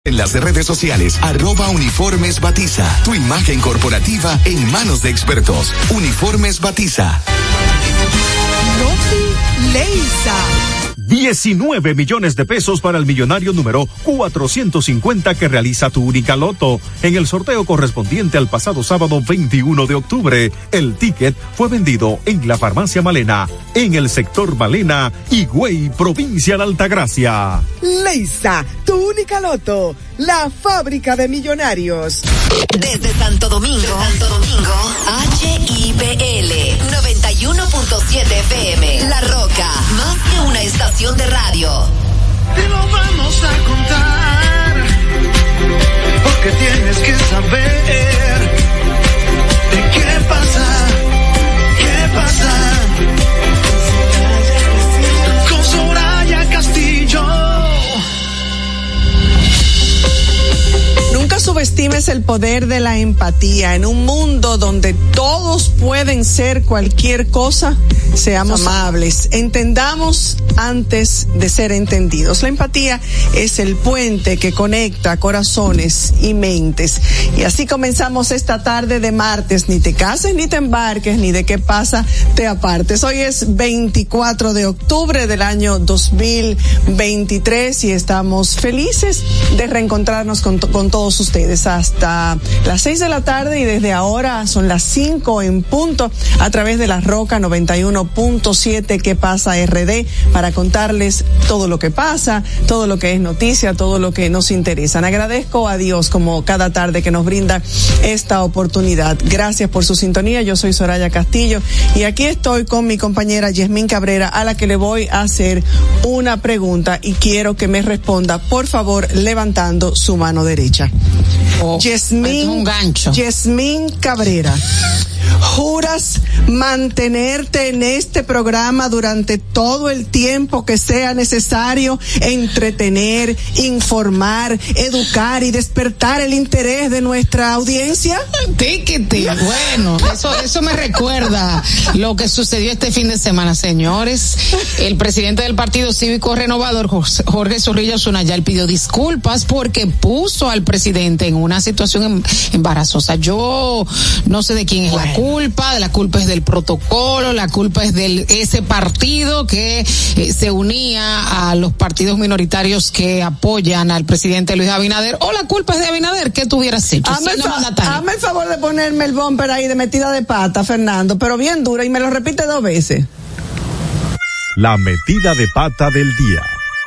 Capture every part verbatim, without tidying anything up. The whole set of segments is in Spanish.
En las redes sociales, arroba Uniformes Batiza. Tu imagen corporativa en manos de expertos. Uniformes Batiza. Loki Leisa. diecinueve millones de pesos para el millonario número cuatrocientos cincuenta que realiza tu única loto. En el sorteo correspondiente al pasado sábado veintiuno de octubre, el ticket fue vendido en la farmacia Malena, en el sector Malena, Higüey, provincia de Altagracia. Leisa, tu única loto, la fábrica de millonarios. Desde Santo Domingo, Santo Domingo, H I B L noventa y uno punto siete F M, La Roca, más que una estación de radio. Te lo vamos a contar, porque tienes que saber de qué pasa, qué pasa. Con Soraya Castillo. Nunca subestimes el poder de la empatía. En un mundo donde todos pueden ser cualquier cosa, seamos amables, entendamos antes de ser entendidos. La empatía es el puente que conecta corazones y mentes. Y así comenzamos esta tarde de martes. Ni te cases, ni te embarques, ni de qué pasa te apartes. Hoy es veinticuatro de octubre del año dos mil veintitrés y estamos felices de reencontrarnos con, con todos ustedes hasta las seis de la tarde, y desde ahora son las cinco en punto a través de La Roca noventa y uno punto siete que pasa R D, para contarles todo lo que pasa, todo lo que es noticia, todo lo que nos interesa. Agradezco a Dios como cada tarde que nos brinda esta oportunidad. Gracias por su sintonía. Yo soy Soraya Castillo y aquí estoy con mi compañera Yasmín Cabrera, a la que le voy a hacer una pregunta y quiero que me responda, por favor, levantando su mano derecha. Oh, Yasmín, un gancho. Yasmín Cabrera, ¿juras mantenerte en este programa durante todo el tiempo que sea necesario, entretener, informar, educar y despertar el interés de nuestra audiencia? Tiquiti, bueno, eso, eso me recuerda lo que sucedió este fin de semana, señores. El presidente del Partido Cívico Renovador, Jorge Zorrilla Osuna, ya pidió disculpas porque puso al presidente en una situación embarazosa. Yo no sé de quién es bueno. la culpa, la culpa es del protocolo, la culpa es de ese partido que eh, se unía a los partidos minoritarios que apoyan al presidente Luis Abinader, o la culpa es de Abinader. ¿Qué tú hubieras hecho? Hazme el, fa- hazme el favor de ponerme el bumper ahí de metida de pata, Fernando, pero bien dura, y me lo repite dos veces. La metida de pata del día.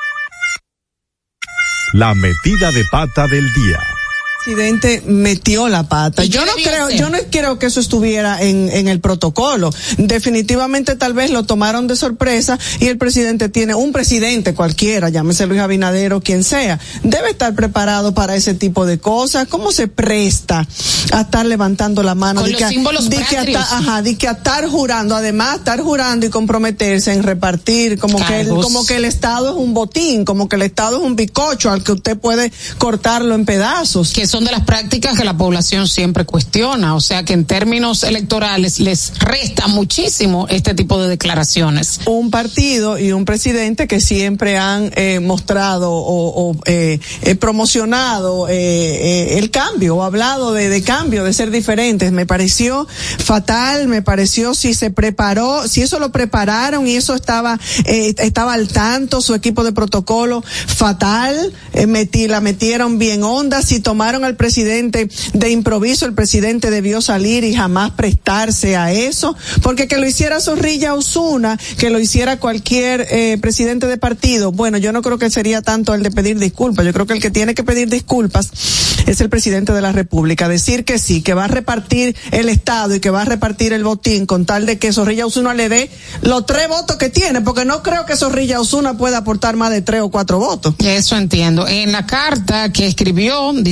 La metida de pata del día. El presidente metió la pata. Yo no creo, yo no creo que eso estuviera en, en el protocolo. Definitivamente tal vez lo tomaron de sorpresa y el presidente tiene, un presidente cualquiera, llámese Luis Abinader o quien sea, debe estar preparado para ese tipo de cosas. ¿Cómo se presta a estar levantando la mano? Con de los que, símbolos de que hasta, ajá, de que a estar jurando, además estar jurando y comprometerse en repartir como Cargos. que el, como que el Estado es un botín, como que el Estado es un bizcocho al que usted puede cortarlo en pedazos. Que son de las prácticas que la población siempre cuestiona, o sea que en términos electorales les resta muchísimo este tipo de declaraciones. Un partido y un presidente que siempre han eh, mostrado o, o eh, eh, promocionado eh, eh, el cambio, o hablado de, de cambio, de ser diferentes. Me pareció fatal, me pareció si se preparó, si eso lo prepararon y eso estaba eh, estaba al tanto su equipo de protocolo, fatal, eh, metí, la metieron bien honda, si tomaron al presidente de improviso, el presidente debió salir y jamás prestarse a eso, porque que lo hiciera Zorrilla Osuna, que lo hiciera cualquier eh, presidente de partido, bueno, yo no creo que sería tanto el de pedir disculpas, yo creo que el que tiene que pedir disculpas es el presidente de la República, decir que sí, que va a repartir el Estado y que va a repartir el botín con tal de que Zorrilla Osuna le dé los tres votos que tiene, porque no creo que Zorrilla Osuna pueda aportar más de tres o cuatro votos. Eso entiendo. En la carta que escribió, dice que se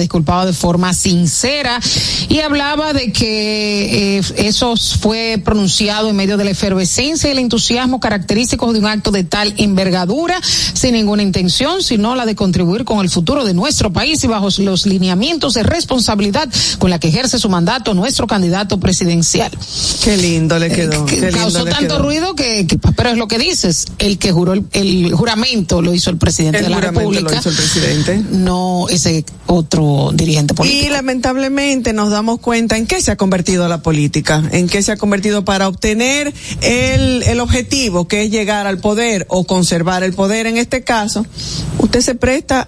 disculpaba de forma sincera y hablaba de que eh, eso fue pronunciado en medio de la efervescencia y el entusiasmo característicos de un acto de tal envergadura, sin ninguna intención, sino la de contribuir con el futuro de nuestro país y bajo los lineamientos de responsabilidad con la que ejerce su mandato nuestro candidato presidencial. Qué lindo le quedó. Eh, que qué lindo causó le tanto quedó. ruido que, que, pero es lo que dices, el que juró el, el juramento lo hizo el presidente El de la República, lo hizo el presidente. no ese otro dirigente político. Y lamentablemente nos damos cuenta en qué se ha convertido la política, en qué se ha convertido para obtener el, el objetivo que es llegar al poder o conservar el poder. En este caso, usted se presta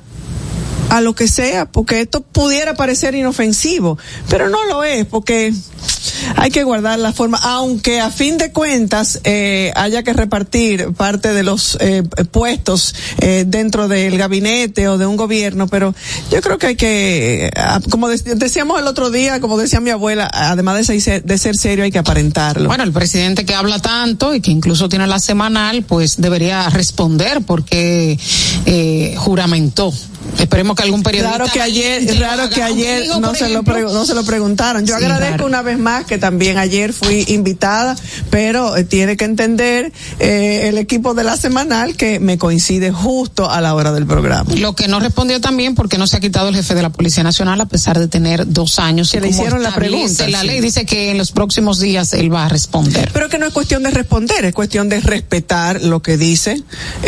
a lo que sea, porque esto pudiera parecer inofensivo, pero no lo es, porque hay que guardar la forma, aunque a fin de cuentas eh, haya que repartir parte de los eh, puestos eh, dentro del gabinete o de un gobierno, pero yo creo que hay que, como decíamos el otro día, como decía mi abuela, además de ser, de ser serio hay que aparentarlo. Bueno, el presidente que habla tanto y que incluso tiene la semanal, pues debería responder porque eh, juramentó. Esperemos que algún periodista. Claro que ayer, claro que ayer digo, no se ejemplo, lo no se lo preguntaron. Yo sí, agradezco claro. una vez más que también ayer fui invitada, pero eh, tiene que entender eh, el equipo de la semanal que me coincide justo a la hora del programa. Lo que no respondió también porque no se ha quitado el jefe de la Policía Nacional a pesar de tener dos años. Que le hicieron la pregunta. La sí. ley dice que en los próximos días él va a responder. Pero que no es cuestión de responder, es cuestión de respetar lo que dice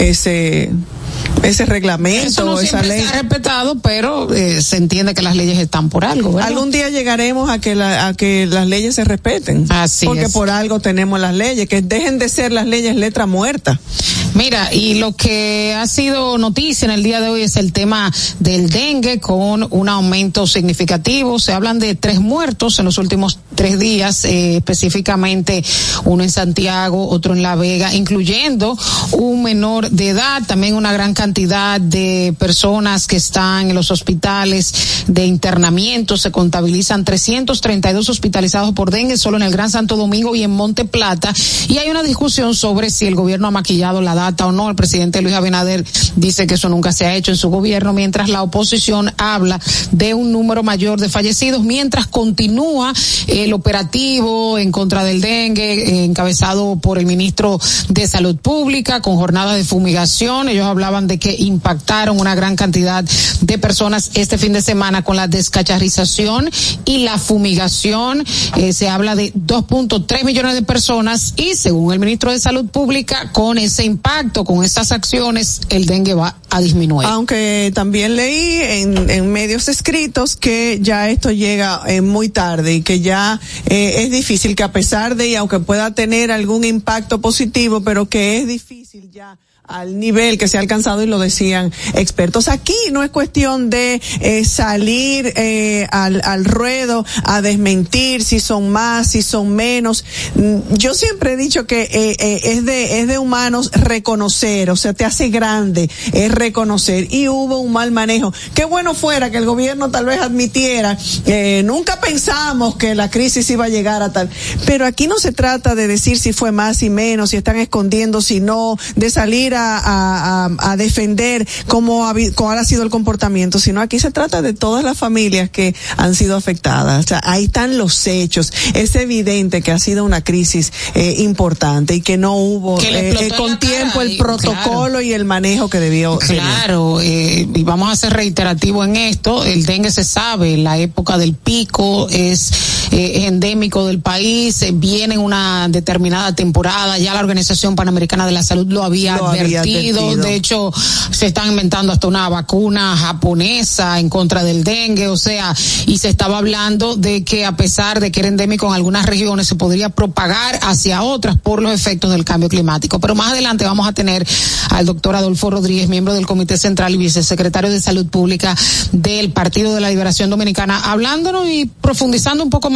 ese ese reglamento. Eso no esa ley se ha respetado, pero eh, se entiende que las leyes están por algo, ¿verdad? Algún día llegaremos a que la, a que las leyes se respeten. Así porque es. por algo tenemos las leyes, que dejen de ser las leyes letra muerta. Mira, y lo que ha sido noticia en el día de hoy es el tema del dengue con un aumento significativo. Se hablan de tres muertos en los últimos tres días, eh, específicamente uno en Santiago, otro en La Vega, incluyendo un menor de edad, también una gran cantidad de personas que están en los hospitales de internamiento. Se contabilizan trescientos treinta y dos hospitalizados por dengue solo en el Gran Santo Domingo y en Monte Plata, y hay una discusión sobre si el gobierno ha maquillado la data o no. El presidente Luis Abinader dice que eso nunca se ha hecho en su gobierno, mientras la oposición habla de un número mayor de fallecidos, mientras continúa el operativo en contra del dengue, encabezado por el ministro de Salud Pública, con jornadas de fumigación. Ellos hablaban de que impactaron una gran cantidad de personas este fin de semana con la descacharrización y la fumigación. Eh, se habla de dos punto tres millones de personas y, según el ministro de Salud Pública, con ese impacto, con esas acciones, el dengue va a disminuir. Aunque también leí en, en medios escritos que ya esto llega eh, muy tarde y que ya eh, es difícil, que a pesar de, y aunque pueda tener algún impacto positivo, pero que es difícil ya al nivel que se ha alcanzado, y lo decían expertos. Aquí no es cuestión de eh, salir eh, al, al ruedo a desmentir si son más, si son menos. Yo siempre he dicho que eh, eh, es de es de humanos reconocer, o sea, te hace grande, es reconocer, y hubo un mal manejo. Qué bueno fuera que el gobierno tal vez admitiera, eh, nunca pensamos que la crisis iba a llegar a tal, pero aquí no se trata de decir si fue más y menos, si están escondiendo, si no, de salir A, a, a defender cómo ha, cuál ha sido el comportamiento, sino aquí se trata de todas las familias que han sido afectadas. O sea, ahí están los hechos. Es evidente que ha sido una crisis eh, importante y que no hubo eh, eh, con tiempo el protocolo, claro, y el manejo que debió tener. Claro, eh, y vamos a ser reiterativos en esto. El dengue se sabe, la época del pico es, eh, es endémico del país, eh, viene en una determinada temporada, ya la Organización Panamericana de la Salud lo había lo advertido. Advertido. De hecho, se están inventando hasta una vacuna japonesa en contra del dengue, o sea, y se estaba hablando de que a pesar de que era endémico en algunas regiones, se podría propagar hacia otras por los efectos del cambio climático. Pero más adelante vamos a tener al doctor Adolfo Rodríguez, miembro del Comité Central y vicesecretario de Salud Pública del Partido de la Liberación Dominicana, hablándonos y profundizando un poco más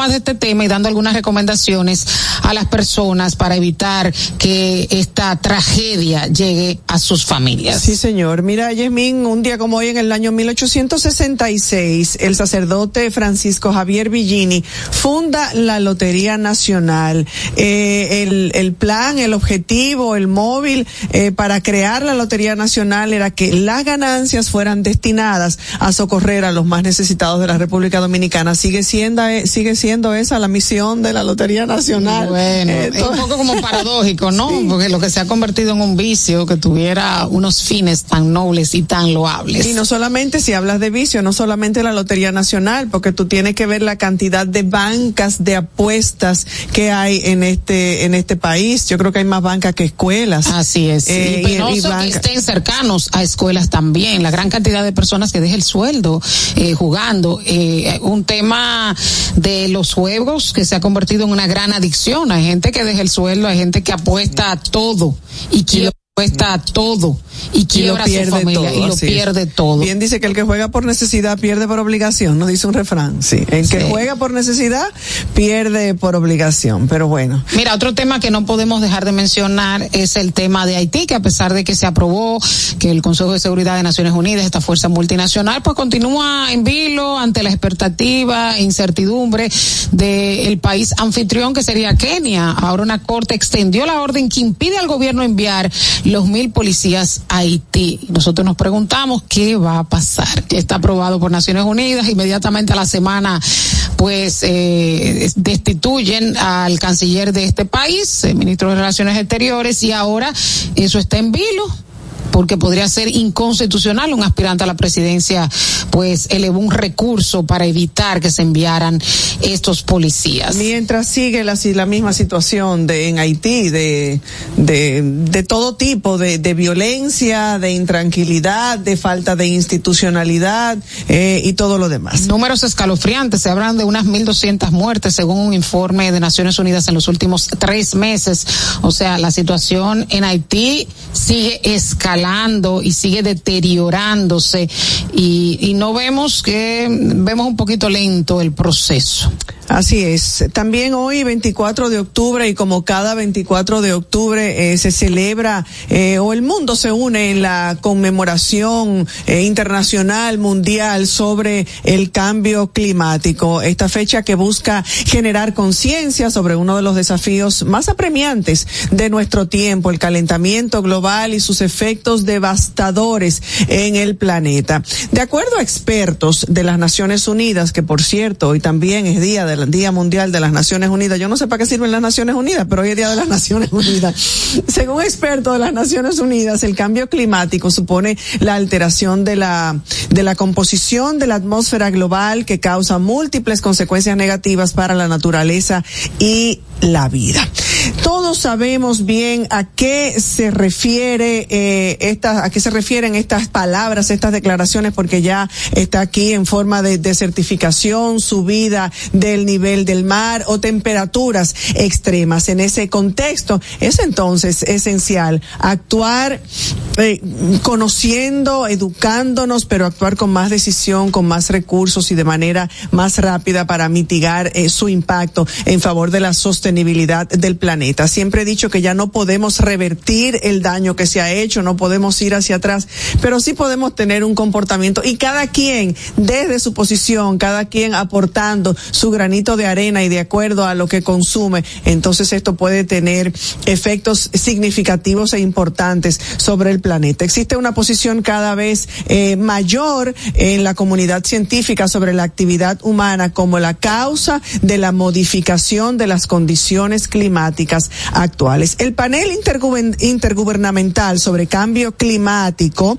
de este tema y dando algunas recomendaciones a las personas para evitar que esta tragedia llegue a sus familias. Sí, señor. Mira, Yasmín, un día como hoy en el año mil ochocientos sesenta y seis, el sacerdote Francisco Javier Villini funda la Lotería Nacional. Eh, el, el plan, el objetivo, el móvil eh, para crear la Lotería Nacional era que las ganancias fueran destinadas a socorrer a los más necesitados de la República Dominicana. Sigue siendo, sigue siendo esa la misión de la Lotería Nacional. Bueno, eh, es un poco como paradójico, ¿no? Sí. Porque lo que se ha convertido en un vicio que tuviera unos fines tan nobles y tan loables. Y no solamente, si hablas de vicio, no solamente la Lotería Nacional, porque tú tienes que ver la cantidad de bancas de apuestas que hay en este en este país. Yo creo que hay más bancas que escuelas. Así es. Eh, y penoso y, y que estén cercanos a escuelas también. La gran cantidad de personas que deja el sueldo eh, jugando. Eh, un tema de los juegos que se ha convertido en una gran adicción. Hay gente que deja el sueldo, hay gente que apuesta a todo y quiere apuesta a todo y quiebra a su familia y lo pierde todo. Bien dice que el que juega por necesidad pierde por obligación, ¿no? Dice un refrán. Sí, el sí. que juega por necesidad pierde por obligación, pero bueno. Mira, otro tema que no podemos dejar de mencionar es el tema de Haití, que a pesar de que se aprobó que el Consejo de Seguridad de Naciones Unidas, esta fuerza multinacional, pues continúa en vilo ante la expectativa e incertidumbre del país anfitrión, que sería Kenia. Ahora una corte extendió la orden que impide al gobierno enviar los mil policías a Haití. Nosotros nos preguntamos qué va a pasar. Ya está aprobado por Naciones Unidas, inmediatamente a la semana pues eh, destituyen al canciller de este país, el ministro de Relaciones Exteriores, y ahora eso está en vilo, porque podría ser inconstitucional. Un aspirante a la presidencia pues elevó un recurso para evitar que se enviaran estos policías. Mientras sigue la, la misma situación de en Haití, de de, de todo tipo de, de violencia, de intranquilidad, de falta de institucionalidad eh, y todo lo demás. Números escalofriantes, se hablan de unas mil doscientas muertes según un informe de Naciones Unidas en los últimos tres meses. O sea, la situación en Haití sigue escalando y sigue deteriorándose y, y no vemos que, vemos un poquito lento el proceso. Así es. También hoy, veinticuatro de octubre, y como cada veinticuatro de octubre eh, se celebra eh, o el mundo se une en la conmemoración eh, internacional, mundial sobre el cambio climático. Esta fecha que busca generar conciencia sobre uno de los desafíos más apremiantes de nuestro tiempo, el calentamiento global y sus efectos devastadores en el planeta. De acuerdo a expertos de las Naciones Unidas, que por cierto, hoy también es día de el Día Mundial de las Naciones Unidas. Yo no sé para qué sirven las Naciones Unidas, pero hoy es Día de las Naciones Unidas. Según expertos de las Naciones Unidas, el cambio climático supone la alteración de la de la composición de la atmósfera global, que causa múltiples consecuencias negativas para la naturaleza y la vida. Todos sabemos bien a qué se refiere eh, estas, a qué se refieren estas palabras, estas declaraciones, porque ya está aquí en forma de, de certificación, subida del nivel del mar o temperaturas extremas. En ese contexto es entonces esencial actuar eh, conociendo, educándonos, pero actuar con más decisión, con más recursos y de manera más rápida para mitigar eh, su impacto en favor de la sostenibilidad del planeta. Siempre he dicho que ya no podemos revertir el daño que se ha hecho, no podemos ir hacia atrás, pero sí podemos tener un comportamiento, y cada quien desde su posición, cada quien aportando su granito de arena y de acuerdo a lo que consume, entonces esto puede tener efectos significativos e importantes sobre el planeta. Existe una posición cada vez eh, mayor en la comunidad científica sobre la actividad humana como la causa de la modificación de las condiciones climáticas actuales. El panel intergubernamental sobre cambio climático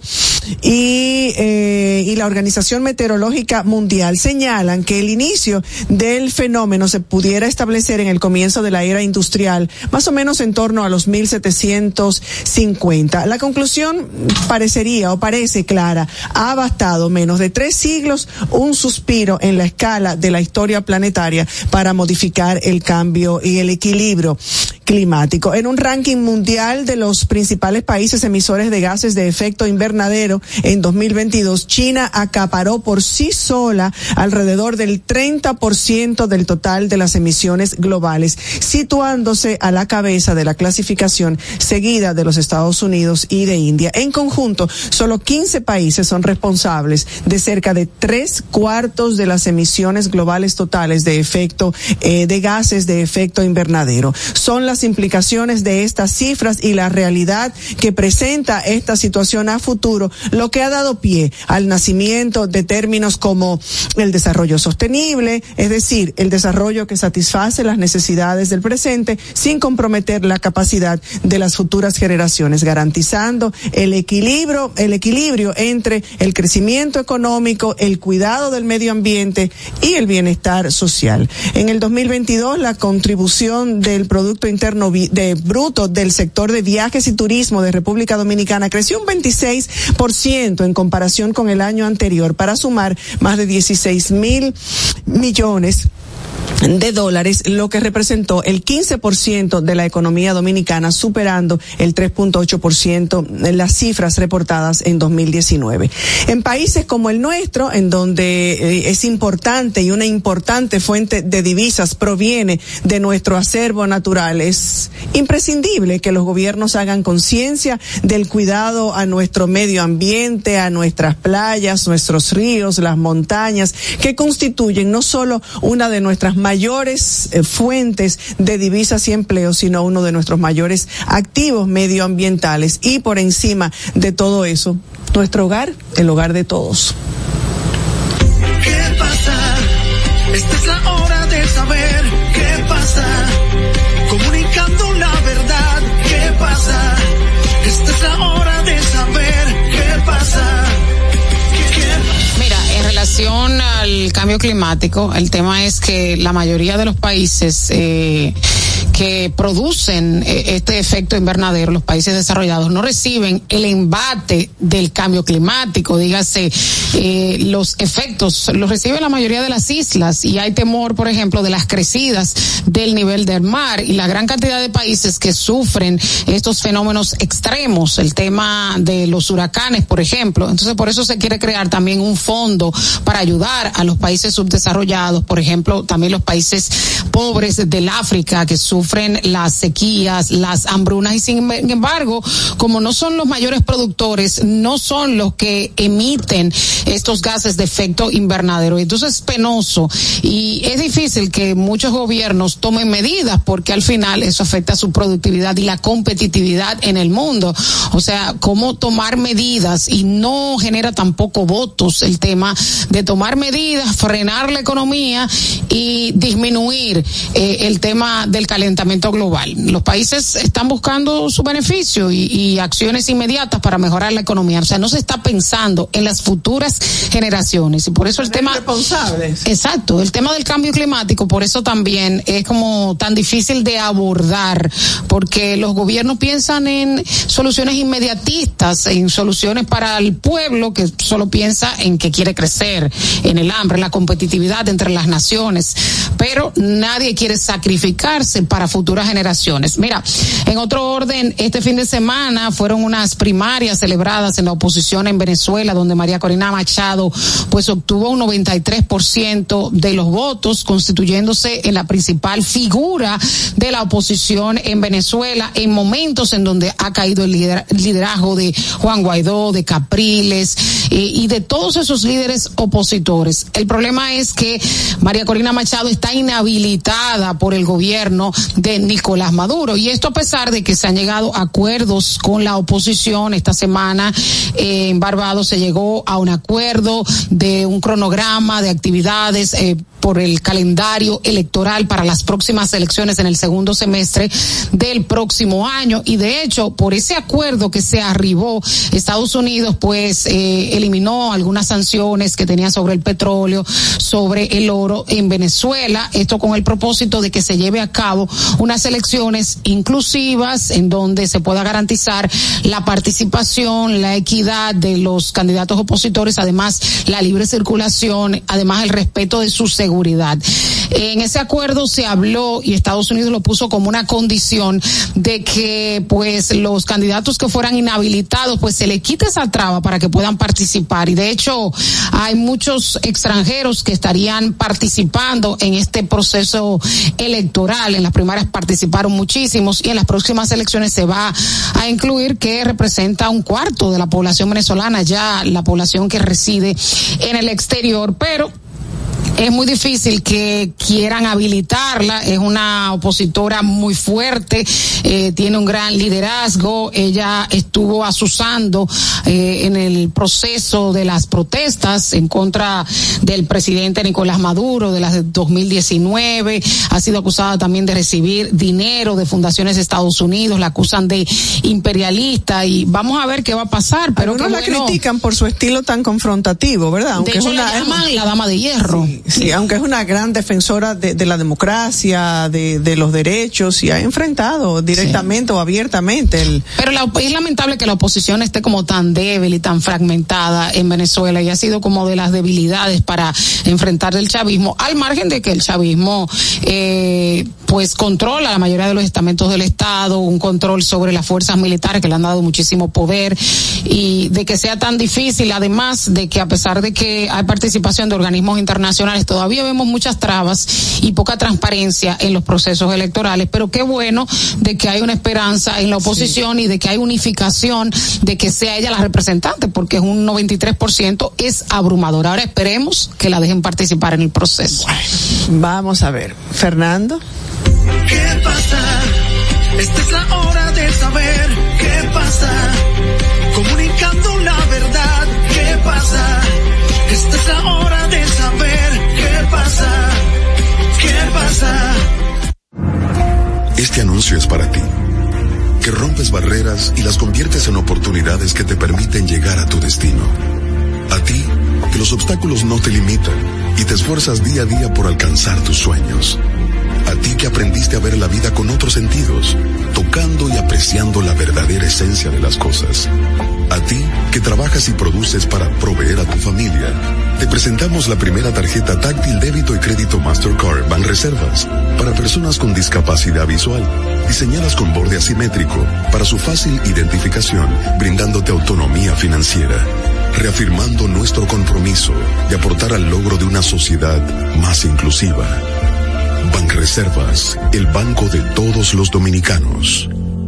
y eh, y la Organización Meteorológica Mundial señalan que el inicio del fenómeno se pudiera establecer en el comienzo de la era industrial, más o menos en torno a los mil setecientos cincuenta. La conclusión parecería o parece clara: ha bastado menos de tres siglos, un suspiro en la escala de la historia planetaria para modificar el cambio y el equilibrio climático. En un ranking mundial de los principales países emisores de gases de efecto invernadero en dos mil veintidós, China acaparó por sí sola alrededor del treinta por ciento del total de las emisiones globales, situándose a la cabeza de la clasificación, seguida de los Estados Unidos y de India. En conjunto, solo quince países son responsables de cerca de tres cuartos de las emisiones globales totales de efecto eh, de gases de efecto invernadero. Son las implicaciones de estas cifras y la realidad que presenta esta situación a futuro lo que ha dado pie al nacimiento de términos como el desarrollo sostenible, es decir, el desarrollo que satisface las necesidades del presente sin comprometer la capacidad de las futuras generaciones, garantizando el equilibrio, el equilibrio entre el crecimiento económico, el cuidado del medio ambiente y el bienestar social. En el dos mil veintidós, la contribución del Producto Interno de Bruto del sector de viajes y turismo de República Dominicana creció un veintiséis por ciento en comparación con el año anterior, para sumar más de dieciséis mil millones de dólares, lo que representó el quince por ciento de la economía dominicana, superando el tres punto ocho por ciento en las cifras reportadas en dos mil diecinueve. En países como el nuestro, en donde eh, es importante y una importante fuente de divisas proviene de nuestro acervo natural, es imprescindible que los gobiernos hagan conciencia del cuidado a nuestro medio ambiente, a nuestras playas, nuestros ríos, las montañas, que constituyen no solo una de nuestras mayores eh, fuentes de divisas y empleos, sino uno de nuestros mayores activos medioambientales. Y por encima de todo eso, nuestro hogar, el hogar de todos. ¿Qué pasa? Esta es la hora de saber qué pasa. Comunicando la verdad, ¿qué pasa? Esta es la hora de saber qué pasa. En relación al cambio climático, el tema es que la mayoría de los países eh, que producen eh, este efecto invernadero, los países desarrollados, no reciben el embate del cambio climático, dígase, eh, los efectos los recibe la mayoría de las islas, y hay temor, por ejemplo, de las crecidas del nivel del mar y la gran cantidad de países que sufren estos fenómenos extremos, el tema de los huracanes, por ejemplo. Entonces, por eso se quiere crear también un fondo para ayudar a los países subdesarrollados, por ejemplo, también los países pobres del África que sufren las sequías, las hambrunas, y sin embargo, como no son los mayores productores, no son los que emiten estos gases de efecto invernadero. Entonces es penoso y es difícil que muchos gobiernos tomen medidas, porque al final eso afecta su productividad y la competitividad en el mundo. O sea, cómo tomar medidas, y no genera tampoco votos el tema de tomar medidas, frenar la economía y disminuir eh, el tema del calentamiento global. Los países están buscando su beneficio y, y acciones inmediatas para mejorar la economía. O sea, no se está pensando en las futuras generaciones, y por eso el tema responsables. Exacto, el tema del cambio climático, por eso también es como tan difícil de abordar, porque los gobiernos piensan en soluciones inmediatistas, en soluciones para el pueblo que solo piensa en que quiere crecer, en el hambre, en la competitividad entre las naciones, pero nadie quiere sacrificarse para futuras generaciones. Mira, en otro orden, este fin de semana fueron unas primarias celebradas en la oposición en Venezuela, donde María Corina Machado pues obtuvo un noventa y tres por ciento de los votos, constituyéndose en la principal figura de la oposición en Venezuela, en momentos en donde ha caído el lider- liderazgo de Juan Guaidó, de Capriles eh, y de todos esos líderes opositores. El problema es que María Corina Machado está inhabilitada por el gobierno de Nicolás Maduro, y esto a pesar de que se han llegado a acuerdos con la oposición. Esta semana eh, en Barbados se llegó a un acuerdo de un cronograma de actividades eh, por el calendario electoral para las próximas elecciones en el segundo semestre del próximo año, y de hecho por ese acuerdo que se arribó, Estados Unidos pues eh, eliminó algunas sanciones que tenía sobre el petróleo, sobre el oro en Venezuela, esto con el propósito de que se lleve a cabo unas elecciones inclusivas en donde se pueda garantizar la participación, la equidad de los candidatos opositores, además la libre circulación, además el respeto de su seguridad seguridad. En ese acuerdo se habló y Estados Unidos lo puso como una condición de que pues los candidatos que fueran inhabilitados pues se le quite esa traba para que puedan participar, y de hecho hay muchos extranjeros que estarían participando en este proceso electoral. En las primarias participaron muchísimos y en las próximas elecciones se va a incluir que representa un cuarto de la población venezolana, ya la población que reside en el exterior, pero es muy difícil que quieran habilitarla. Es una opositora muy fuerte, eh, tiene un gran liderazgo. Ella estuvo asusando eh, en el proceso de las protestas en contra del presidente Nicolás Maduro de las de dos mil diecinueve. Ha sido acusada también de recibir dinero de fundaciones de Estados Unidos. La acusan de imperialista y vamos a ver qué va a pasar. Pero algunos la bueno, critican por su estilo tan confrontativo, ¿verdad? Aunque de hecho, es una, la llaman la dama de hierro. Sí. Sí, aunque es una gran defensora de, de la democracia, de, de los derechos, y ha enfrentado directamente sí. o abiertamente el... Pero la, es lamentable que la oposición esté como tan débil y tan fragmentada en Venezuela, y ha sido como de las debilidades para enfrentar el chavismo, al margen de que el chavismo eh, pues controla la mayoría de los estamentos del Estado, un control sobre las fuerzas militares que le han dado muchísimo poder, y de que sea tan difícil, además de que a pesar de que hay participación de organismos internacionales, todavía vemos muchas trabas y poca transparencia en los procesos electorales, pero qué bueno de que hay una esperanza en la oposición sí. y de que hay unificación, de que sea ella la representante, porque es un noventa y tres por ciento, es abrumador. Ahora esperemos que la dejen participar en el proceso. Bueno, vamos a ver. Fernando. ¿Qué pasa? Esta es la hora de saber qué pasa. Comunicando la verdad, ¿qué pasa? Esta es la hora de saber qué pasa, qué pasa. Este anuncio es para ti, que rompes barreras y las conviertes en oportunidades que te permiten llegar a tu destino. A ti, que los obstáculos no te limitan y te esfuerzas día a día por alcanzar tus sueños. A ti que aprendiste a ver la vida con otros sentidos, tocando y apreciando la verdadera esencia de las cosas. A ti que trabajas y produces para proveer a tu familia, te presentamos la primera tarjeta táctil débito y crédito Mastercard Banreservas para personas con discapacidad visual, diseñadas con borde asimétrico para su fácil identificación, brindándote autonomía financiera, reafirmando nuestro compromiso de aportar al logro de una sociedad más inclusiva. Banreservas, el banco de todos los dominicanos.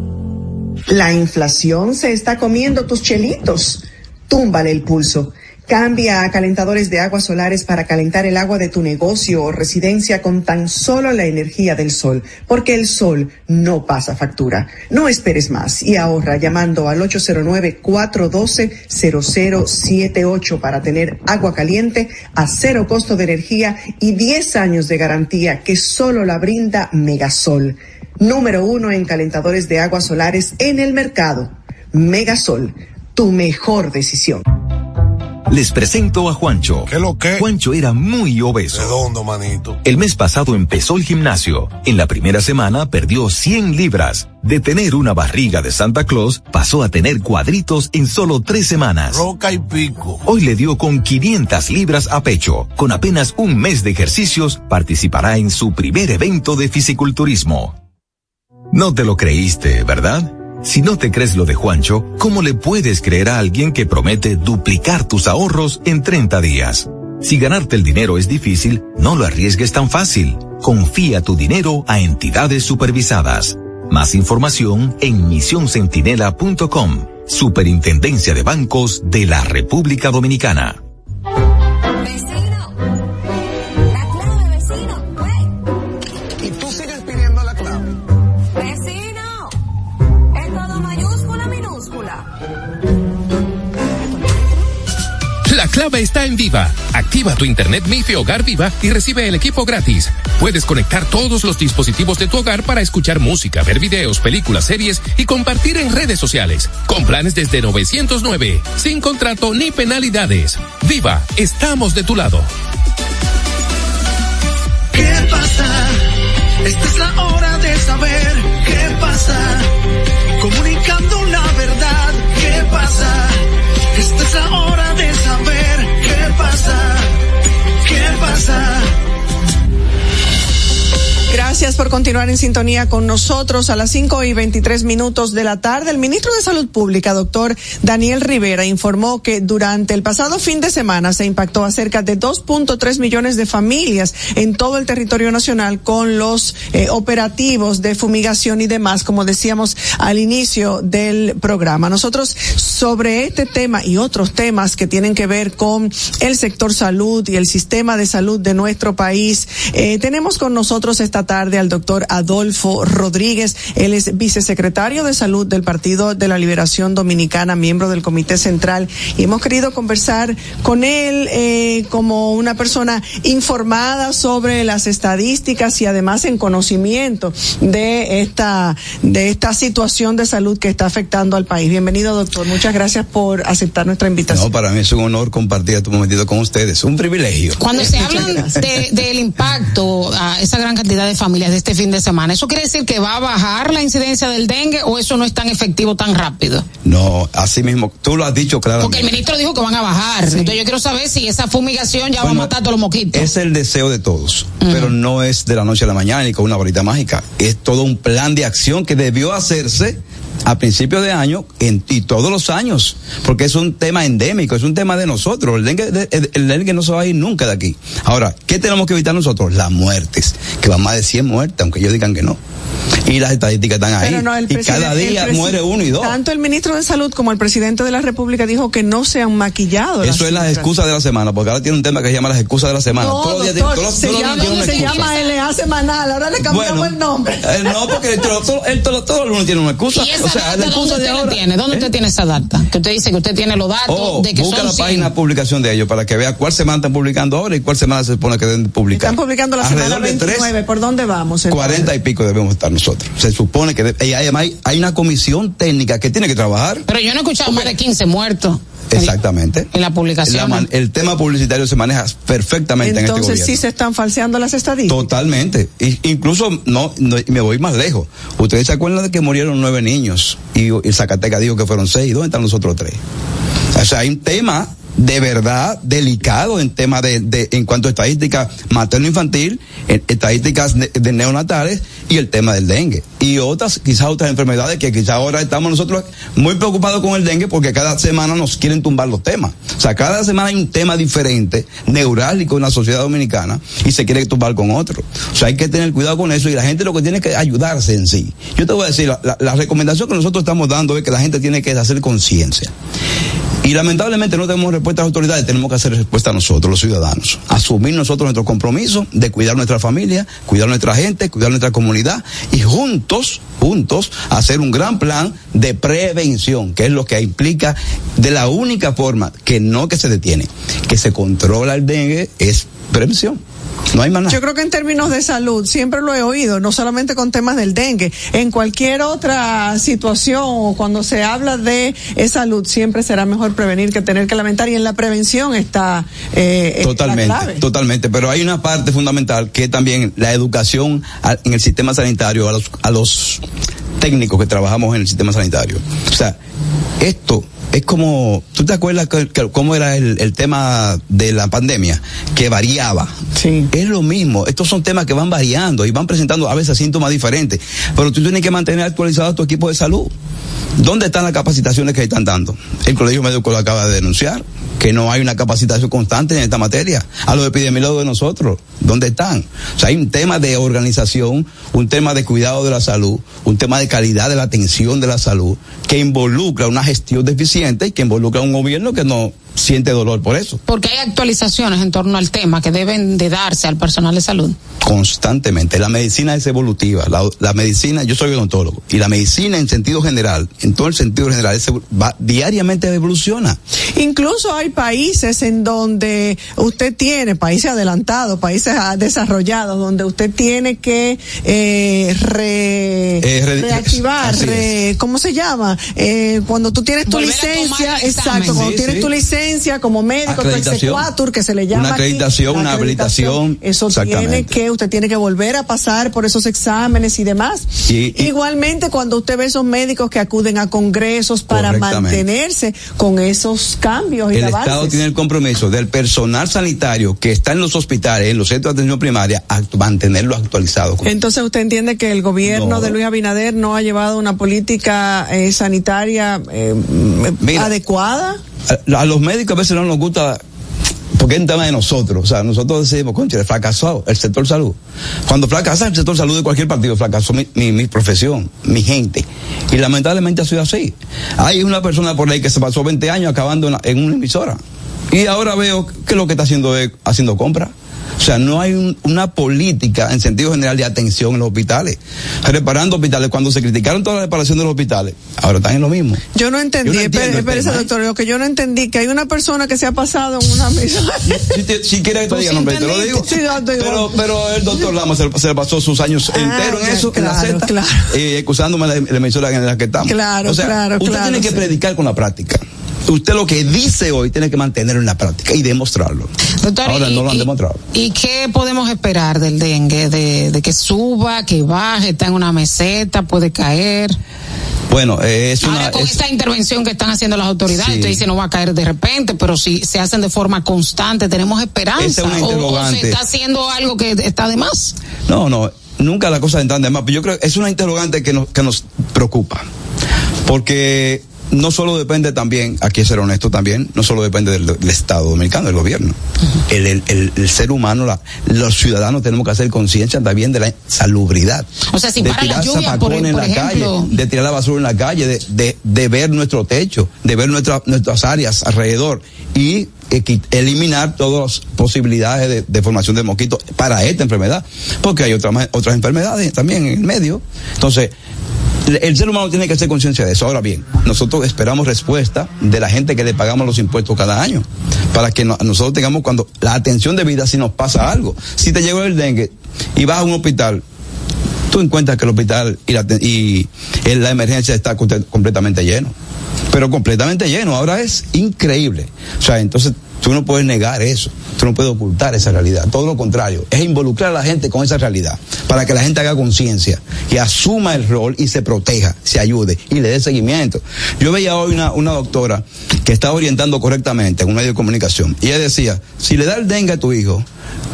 La inflación se está comiendo tus chelitos. Túmbale el pulso. Cambia a calentadores de aguas solares para calentar el agua de tu negocio o residencia con tan solo la energía del sol, porque el sol no pasa factura. No esperes más y ahorra llamando al ocho cero nueve, cuatro uno dos, cero cero siete ocho para tener agua caliente a cero costo de energía y diez años de garantía que solo la brinda Megasol. Número uno en calentadores de aguas solares en el mercado. Megasol, tu mejor decisión. Les presento a Juancho. ¿Qué lo que? Juancho era muy obeso. Redondo, manito. El mes pasado empezó el gimnasio. En la primera semana perdió cien libras. De tener una barriga de Santa Claus, pasó a tener cuadritos en solo tres semanas. Roca y pico. Hoy le dio con quinientas libras a pecho. Con apenas un mes de ejercicios, participará en su primer evento de fisiculturismo. No te lo creíste, ¿verdad? Si no te crees lo de Juancho, ¿cómo le puedes creer a alguien que promete duplicar tus ahorros en treinta días? Si ganarte el dinero es difícil, no lo arriesgues tan fácil. Confía tu dinero a entidades supervisadas. Más información en misión centinela punto com. Superintendencia de Bancos de la República Dominicana. Vecino, la clave, vecino, ¿Y tú sigues pidiendo la clave? Vecino, es todo mayúscula, minúscula. La clave está en Viva. Activa tu internet MiFi Hogar Viva y recibe el equipo gratis. Puedes conectar todos los dispositivos de tu hogar para escuchar música, ver videos, películas, series y compartir en redes sociales. Con planes desde novecientos nueve, sin contrato ni penalidades. Viva, estamos de tu lado. ¿Qué pasa? Esta es la hora de saber qué pasa. Comunicando la verdad, ¿qué pasa? Esta es la hora de saber qué pasa, qué pasa. Gracias por continuar en sintonía con nosotros. A las cinco y veintitrés minutos de la tarde, el ministro de Salud Pública, doctor Daniel Rivera, informó que durante el pasado fin de semana se impactó a cerca de dos punto tres millones de familias en todo el territorio nacional con los eh, operativos de fumigación y demás, como decíamos al inicio del programa. Nosotros sobre este tema y otros temas que tienen que ver con el sector salud y el sistema de salud de nuestro país, eh, tenemos con nosotros esta tarde al doctor Adolfo Rodríguez. Él es vicesecretario de Salud del Partido de la Liberación Dominicana, miembro del Comité Central, y hemos querido conversar con él eh, como una persona informada sobre las estadísticas y además en conocimiento de esta de esta situación de salud que está afectando al país. Bienvenido, doctor. Muchas gracias por aceptar nuestra invitación. No, para mí es un honor compartir este momentito con ustedes. Un privilegio. Cuando se habla de, del impacto a esa gran cantidad de familias de este fin de semana, ¿eso quiere decir que va a bajar la incidencia del dengue o eso no es tan efectivo tan rápido? No, así mismo, tú lo has dicho claramente. Porque el ministro dijo que van a bajar. Sí. Entonces yo quiero saber si esa fumigación ya bueno, va a matar todos los mosquitos. Es el deseo de todos, uh-huh. pero no es de la noche a la mañana ni con una varita mágica. Es todo un plan de acción que debió hacerse a principios de año en, y todos los años, porque es un tema endémico, es un tema de nosotros. El dengue, el, el dengue no se va a ir nunca de aquí. Ahora, ¿qué tenemos que evitar nosotros? Las muertes, que van más de cien muertes, aunque ellos digan que no. Y las estadísticas están ahí. No, y cada día muere uno y dos. Tanto el ministro de Salud como el presidente de la República dijo que no se han maquillado. Eso es las excusas de la semana, porque ahora tiene un tema que se llama las excusas de la semana. No, todos los días, doctor, todos, se, todos llama, días se llama L A semanal, ahora le cambiamos bueno, el nombre. Eh, no, porque todos todo, todo, los lunes tiene una excusa. ¿Y esa o sea, data, la excusa de ahora, tiene? ¿Dónde ¿eh? usted tiene esa data? Que usted dice que usted tiene los datos oh, de que busca son la cien. Página de publicación de ellos para que vea cuál semana están publicando ahora y cuál semana se supone que deben publicar. Están publicando la Alrededor semana veintinueve. tres, ¿Por dónde vamos? Entonces? cuarenta y pico debemos estar nosotros. Se supone que de, y además hay, hay una comisión técnica que tiene que trabajar. Pero yo no he escuchado okay. más de quince muertos. Exactamente. En la publicación. La, el tema publicitario se maneja perfectamente. Entonces, en este gobierno. Entonces sí se están falseando las estadísticas. Totalmente. Y, incluso no, no me voy más lejos. Ustedes se acuerdan de que murieron nueve niños y, y Zacatecas dijo que fueron seis. ¿Dónde están los otros tres? O sea, hay un tema de verdad delicado en tema de, de en cuanto a estadísticas materno-infantil, estadísticas de, de neonatales y el tema del dengue y otras, quizás otras enfermedades que quizás ahora estamos nosotros muy preocupados con el dengue porque cada semana nos quieren tumbar los temas. O sea, cada semana hay un tema diferente, neurálgico en la sociedad dominicana y se quiere tumbar con otro. O sea, hay que tener cuidado con eso y la gente lo que tiene que ayudarse en sí. Yo te voy a decir, la, la, la recomendación que nosotros estamos dando es que la gente tiene que hacer conciencia. Y lamentablemente no tenemos respuesta a las autoridades, tenemos que hacer respuesta a nosotros, los ciudadanos. Asumir nosotros nuestro compromiso de cuidar nuestra familia, cuidar nuestra gente, cuidar nuestra comunidad y juntos, juntos, hacer un gran plan de prevención, que es lo que implica de la única forma que no que se detiene, que se controla el dengue, es prevención. No hay más nada. Yo creo que en términos de salud, siempre lo he oído, no solamente con temas del dengue, en cualquier otra situación o cuando se habla de eh, salud, siempre será mejor prevenir que tener que lamentar y en la prevención está eh, totalmente, la clave. Totalmente, pero hay una parte fundamental que es también la educación a, en el sistema sanitario, a los, a los técnicos que trabajamos en el sistema sanitario. O sea, esto es como, ¿tú te acuerdas que, que, cómo era el, el tema de la pandemia? Que variaba. Sí. Es lo mismo. Estos son temas que van variando y van presentando a veces síntomas diferentes. Pero tú tienes que mantener actualizado a tu equipo de salud. ¿Dónde están las capacitaciones que están dando? El Colegio Médico lo acaba de denunciar, que no hay una capacitación constante en esta materia. A los epidemiólogos de nosotros, ¿dónde están? O sea, hay un tema de organización, un tema de cuidado de la salud, un tema de calidad de la atención de la salud, que involucra una gestión deficiente y que involucra un gobierno que no siente dolor por eso. Porque hay actualizaciones en torno al tema que deben de darse al personal de salud. Constantemente. La medicina es evolutiva. La, la medicina, yo soy odontólogo, y la medicina en sentido general, en todo el sentido general, es, va, diariamente evoluciona. Incluso hay países en donde usted tiene, países adelantados, países desarrollados, donde usted tiene que eh, re, eh, re, reactivar, re, ¿cómo se llama? Eh, cuando tú tienes tu Volver licencia, exacto, cuando sí, tienes sí. tu licencia, licencia como médico, tu exequatur, que se le llama una acreditación, aquí, una habilitación. Eso tiene que, usted tiene que volver a pasar por esos exámenes y demás. Y, y, Igualmente, cuando usted ve esos médicos que acuden a congresos para mantenerse con esos cambios y el avances. Estado tiene el compromiso del personal sanitario que está en los hospitales, en los centros de atención primaria, a mantenerlo actualizado. Entonces, ¿usted entiende que el gobierno no. de Luis Abinader no ha llevado una política eh, sanitaria eh, Mira, adecuada? A, a los médicos a veces no nos gusta, porque es un tema de nosotros. O sea, nosotros decimos, concha, fracasó el sector salud. Cuando fracasa el sector salud de cualquier partido, fracasó mi, mi, mi profesión, mi gente. Y lamentablemente ha sido así. Hay una persona por ahí que se pasó veinte años acabando en, la, en una emisora. Y ahora veo que lo que está haciendo es haciendo compras. O sea, no hay un, una política en sentido general de atención en los hospitales. Reparando hospitales, cuando se criticaron toda la reparación de los hospitales, ahora están en lo mismo. Yo no entendí, espérese, doctor, lo que yo no entendí, que hay una persona que se ha pasado en una mesa. Si, si, si quieres que te diga nombre, te lo digo. Sí, doctor, pero, pero el doctor Lama se, se le pasó sus años ah, enteros en eso, claro, en la Z, claro. eh, excusándome la, la emisora en la que estamos. Claro, o sea, claro, usted claro, tiene que sí. predicar con la práctica. Usted lo que dice hoy tiene que mantenerlo en la práctica y demostrarlo. Doctor, ahora y, no lo han y, demostrado. ¿Y qué podemos esperar del dengue? De, de que suba, que baje, está en una meseta, puede caer. Bueno, eh, es Ahora, una... con es, esta intervención que están haciendo las autoridades, sí. Usted dice no va a caer de repente, pero si se hacen de forma constante, tenemos esperanza. Esa es una interrogante. O, o se está haciendo algo que está de más. No, no, nunca las cosas están de más, pero yo creo que es una interrogante que nos, que nos preocupa. Porque no solo depende también, aquí ser honesto también, no solo depende del, del Estado dominicano, del gobierno. Uh-huh. El, el, el, el ser humano, la, los ciudadanos tenemos que hacer conciencia también de la salubridad. O sea, si de para tirar la lluvia, por, en por la ejemplo. calle, de tirar la basura en la calle, de, de, de ver nuestro techo, de ver nuestra, nuestras áreas alrededor y eliminar todas las posibilidades de, de formación de mosquitos para esta enfermedad, porque hay otras otras enfermedades también en el medio. Entonces, el ser humano tiene que hacer conciencia de eso. Ahora bien, nosotros esperamos respuesta de la gente que le pagamos los impuestos cada año, para que no, nosotros tengamos cuando la atención debida si nos pasa algo. Si te llegó el dengue y vas a un hospital, tú encuentras que el hospital y la, y la emergencia está completamente lleno, pero completamente lleno. Ahora es increíble. O sea, entonces tú no puedes negar eso, tú no puedes ocultar esa realidad, todo lo contrario, es involucrar a la gente con esa realidad, para que la gente haga conciencia y asuma el rol y se proteja, se ayude y le dé seguimiento. Yo veía hoy una, una doctora que estaba orientando correctamente en un medio de comunicación, y ella decía, si le da el dengue a tu hijo,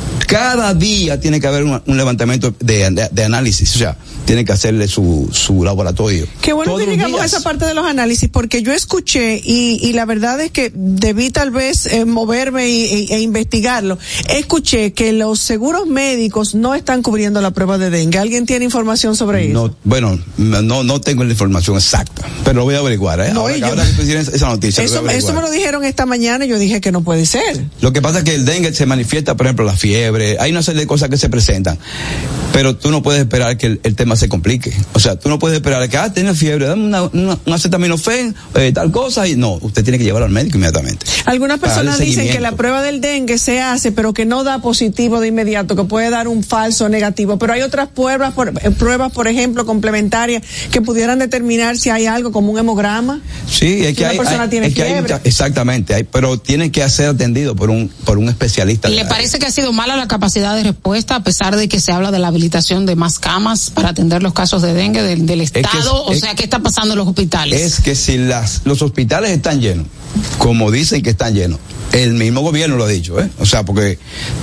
cada día tiene que haber un, un levantamiento de, de, de análisis, o sea, tiene que hacerle su, su laboratorio. Qué bueno que llegamos a esa parte de los análisis, porque yo escuché, y, y la verdad es que debí tal vez eh, moverme y, y, e investigarlo. Escuché que los seguros médicos no están cubriendo la prueba de dengue. ¿Alguien tiene información sobre no, eso? Bueno, no no tengo la información exacta, pero lo voy a averiguar. ¿eh? No, ahora, yo, ahora que tú tienes esa noticia, eso, lo eso me lo dijeron esta mañana y yo dije que no puede ser. Lo que pasa es que el dengue se manifiesta, por ejemplo, la fiebre, hay una serie de cosas que se presentan, pero tú no puedes esperar que el, el tema se complique. O sea, tú no puedes esperar que, ah, tiene fiebre, dame una, una, una acetaminofén, eh, tal cosa, y no, usted tiene que llevarlo al médico inmediatamente. Algunas personas dicen que la prueba del dengue se hace, pero que no da positivo de inmediato, que puede dar un falso negativo, pero hay otras pruebas, por, pruebas, por ejemplo, complementarias, que pudieran determinar si hay algo como un hemograma. Sí, es que, hay, hay, es que hay mucha, exactamente, hay, pero tiene que ser atendido por un, por un especialista. ¿Le parece que ha sido mala la capacidad de respuesta, a pesar de que se habla de la habilitación de más camas para atender los casos de dengue del, del Estado? Es que, o es, sea, ¿qué está pasando en los hospitales? Es que si las, los hospitales están llenos, como dicen que están llenos, el mismo gobierno lo ha dicho, ¿eh? O sea, porque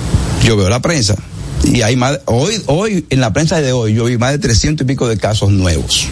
yo veo la prensa y hay más, hoy, hoy, en la prensa de hoy, yo vi más de trescientos y pico de casos nuevos,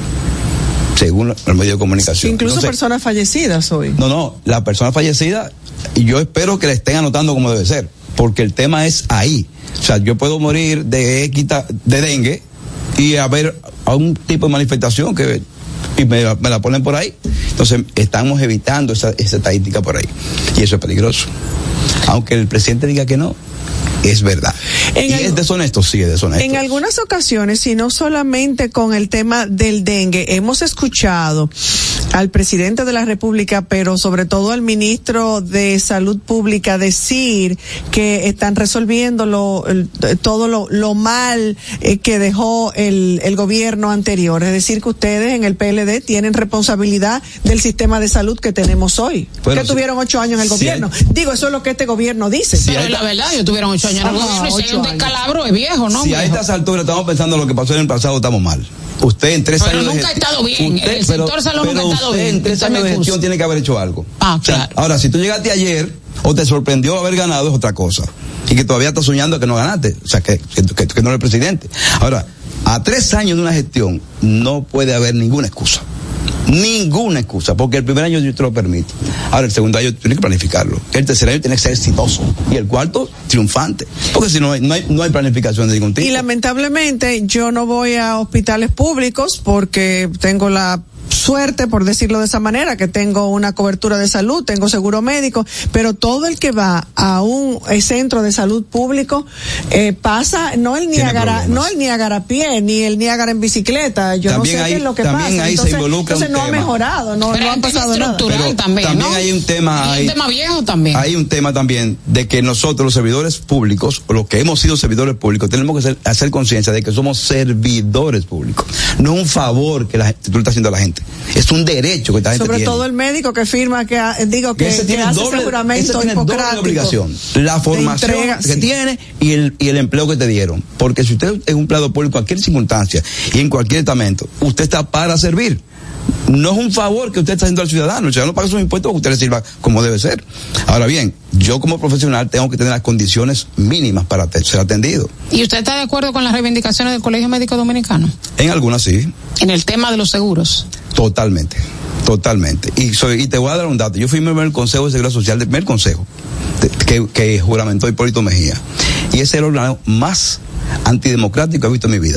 según el medio de comunicación. Incluso Entonces, personas fallecidas hoy. No, no, las personas fallecidas, y yo espero que la estén anotando como debe ser, porque el tema es ahí. O sea, yo puedo morir de equita, de dengue y haber algún tipo de manifestación que y me, me la ponen por ahí. Entonces estamos evitando esa, esa estadística por ahí, y eso es peligroso, aunque el presidente diga que no. Es verdad. En y el, es deshonesto, sí, es deshonesto. En algunas ocasiones, y no solamente con el tema del dengue, hemos escuchado al presidente de la República, pero sobre todo al ministro de Salud Pública, decir que están resolviendo lo, el, todo lo, lo mal eh, que dejó el, el gobierno anterior. Es decir, que ustedes en el P L D tienen responsabilidad del sistema de salud que tenemos hoy. Bueno, que si, tuvieron ocho años en el gobierno. Si hay, Digo, eso es lo que este gobierno dice. Si pero es la verdad, ellos tuvieron ocho años en el gobierno y si hay un descalabro es viejo, ¿no? Si viejo? a estas alturas estamos pensando lo que pasó en el pasado, estamos mal. Usted en tres pero años nunca de ha estado bien. Usted, el sector pero, salud nunca ha estado usted bien. En tres años de gestión tiene que haber hecho algo. Ah, o sea, claro. Ahora, si tú llegaste ayer o te sorprendió haber ganado es otra cosa. Y que todavía estás soñando que no ganaste. O sea, que, que, que, que no eres presidente. Ahora, a tres años de una gestión no puede haber ninguna excusa. Ninguna excusa, porque el primer año yo te lo permito. Ahora el segundo año tiene que planificarlo. El tercer año tiene que ser exitoso. Y el cuarto, triunfante. Porque si no hay, no hay, no hay planificación de ningún tipo. Y lamentablemente yo no voy a hospitales públicos porque tengo la suerte, por decirlo de esa manera, que tengo una cobertura de salud, tengo seguro médico, pero todo el que va a un centro de salud público eh, pasa no el Niágara, no el Niágara a pie, ni el Niágara en bicicleta. Yo también no sé hay, qué es lo que también pasa. Ahí entonces, se involucra entonces un no tema. ha mejorado, no, pero no ha pasado nada. Pero también, también ¿no? hay un tema, hay hay, un tema viejo también. Hay un tema también de que nosotros los servidores públicos, o los que hemos sido servidores públicos, tenemos que hacer, hacer conciencia de que somos servidores públicos. No es un favor que la, tú le estás haciendo a la gente, es un derecho que esta gente Sobre tiene. todo el médico que firma, que digo que, ese que hace doble, juramento ese hipocrático. Doble obligación, la formación entrega, que sí. tiene y el y el empleo que te dieron, porque si usted es un empleado público en cualquier circunstancia y en cualquier estamento, usted está para servir. No es un favor que usted está haciendo al ciudadano. El ciudadano paga sus impuestos para que usted le sirva como debe ser. Ahora bien, yo como profesional tengo que tener las condiciones mínimas para ser atendido. ¿Y usted está de acuerdo con las reivindicaciones del Colegio Médico Dominicano? En algunas sí. En el tema de los seguros. Totalmente. Totalmente. Y soy, y te voy a dar un dato. Yo fui miembro del Consejo de Seguridad Social, del primer consejo, de, que, que juramentó Hipólito Mejía. Y ese es el órgano más antidemocrático que he visto en mi vida.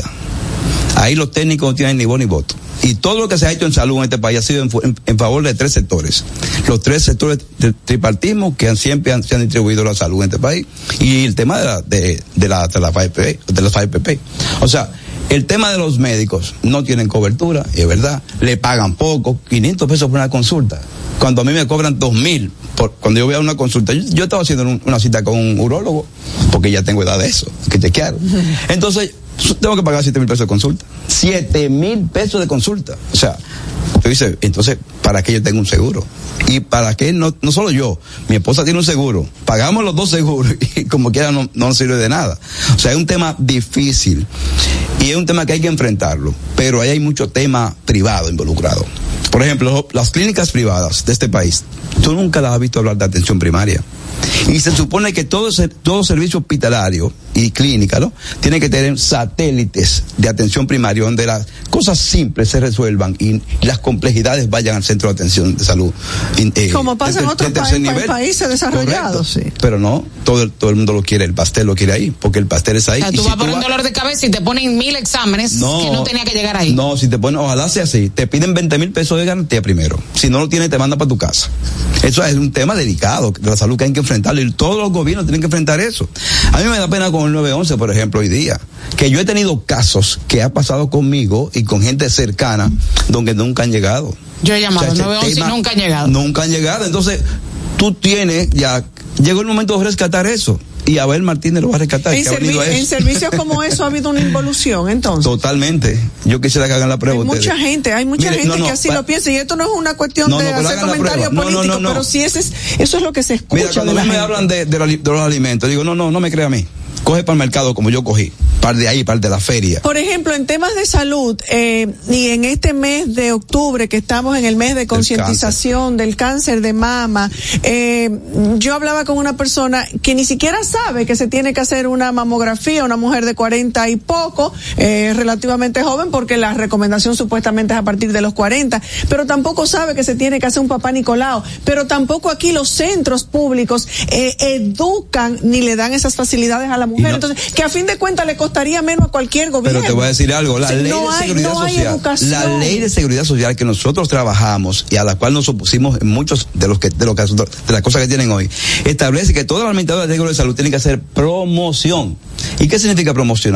Ahí los técnicos no tienen ni voz ni voto. Y todo lo que se ha hecho en salud en este país ha sido en, en, en favor de tres sectores. Los tres sectores del tripartismo que han, siempre han, se han distribuido la salud en este país. Y el tema de la, de, de la, de la F A P P, de las F A P P. O sea, el tema de los médicos no tienen cobertura, y es verdad, le pagan poco, quinientos pesos por una consulta. Cuando a mí me cobran dos mil, por, cuando yo voy a una consulta, yo, yo estaba haciendo un, una cita con un urólogo, porque ya tengo edad de eso, que chequear. Entonces, tengo que pagar siete mil pesos de consulta. Siete mil pesos de consulta. O sea, tú dices, entonces, ¿para qué yo tengo un seguro? Y para qué, no, no solo yo, mi esposa tiene un seguro, pagamos los dos seguros y como quiera no, no sirve de nada. O sea, es un tema difícil y es un tema que hay que enfrentarlo, pero ahí hay mucho tema privado involucrado. Por ejemplo, las clínicas privadas de este país, tú nunca las has visto hablar de atención primaria. Y se supone que todo, todo servicio hospitalario y clínica, ¿no? Tiene que tener satélites de atención primaria donde las cosas simples se resuelvan y las complejidades vayan al centro de atención de salud. Eh, Como pasa de, en otros de pa pa países desarrollados, sí. Pero no, todo el, todo el mundo lo quiere, el pastel lo quiere ahí, porque el pastel es ahí. O sea, tú y vas si por un dolor de cabeza y te ponen mil exámenes no, que no tenía que llegar ahí. No, si te ponen, ojalá sea así, te piden veinte mil pesos de garantía primero. Si no lo tienes, te manda para tu casa. Eso es un tema delicado de la salud que hay que enfrentarlo y todos los gobiernos tienen que enfrentar eso. A mí me da pena con el nueve once, por ejemplo, hoy día, que yo he tenido casos que ha pasado conmigo y con gente cercana donde nunca han llegado. Yo he llamado al nueve once y nunca han llegado. Nunca han llegado. Entonces, tú tienes ya, llegó el momento de rescatar eso. Y Abel Martínez lo va a rescatar. En, servi en servicios como eso ha habido una involución, entonces. Totalmente. Yo quisiera que hagan la prueba. Hay mucha ustedes. gente, hay mucha Mire, gente no, no, que así pa, lo piensa. Y esto no es una cuestión no, no, de hacer comentarios políticos, no, no, no, pero sí ese es, eso es lo que se escucha. Mira, cuando de a mí me gente. hablan de, de, de los alimentos, digo, no, no, no me crea a mí. Coge para el mercado como yo cogí, par de ahí, par de la feria. Por ejemplo, en temas de salud, eh, y en este mes de octubre, que estamos en el mes de concientización del cáncer de mama, eh, yo hablaba con una persona que ni siquiera sabe que se tiene que hacer una mamografía, una mujer de cuarenta y poco, eh, relativamente joven, porque la recomendación supuestamente es a partir de los cuarenta, pero tampoco sabe que se tiene que hacer un papá Nicolau, pero tampoco aquí los centros públicos eh, educan ni le dan esas facilidades a la mujer. No, entonces, que a fin de cuentas le costaría menos a cualquier gobierno. Pero te voy a decir algo, la, sí, ley, no de hay, seguridad no social, la ley de seguridad social que nosotros trabajamos y a la cual nos opusimos en muchos de los que de los casos, de las cosas que tienen hoy, establece que toda la administradora de seguro de salud tiene que hacer promoción. ¿Y qué significa promocionar?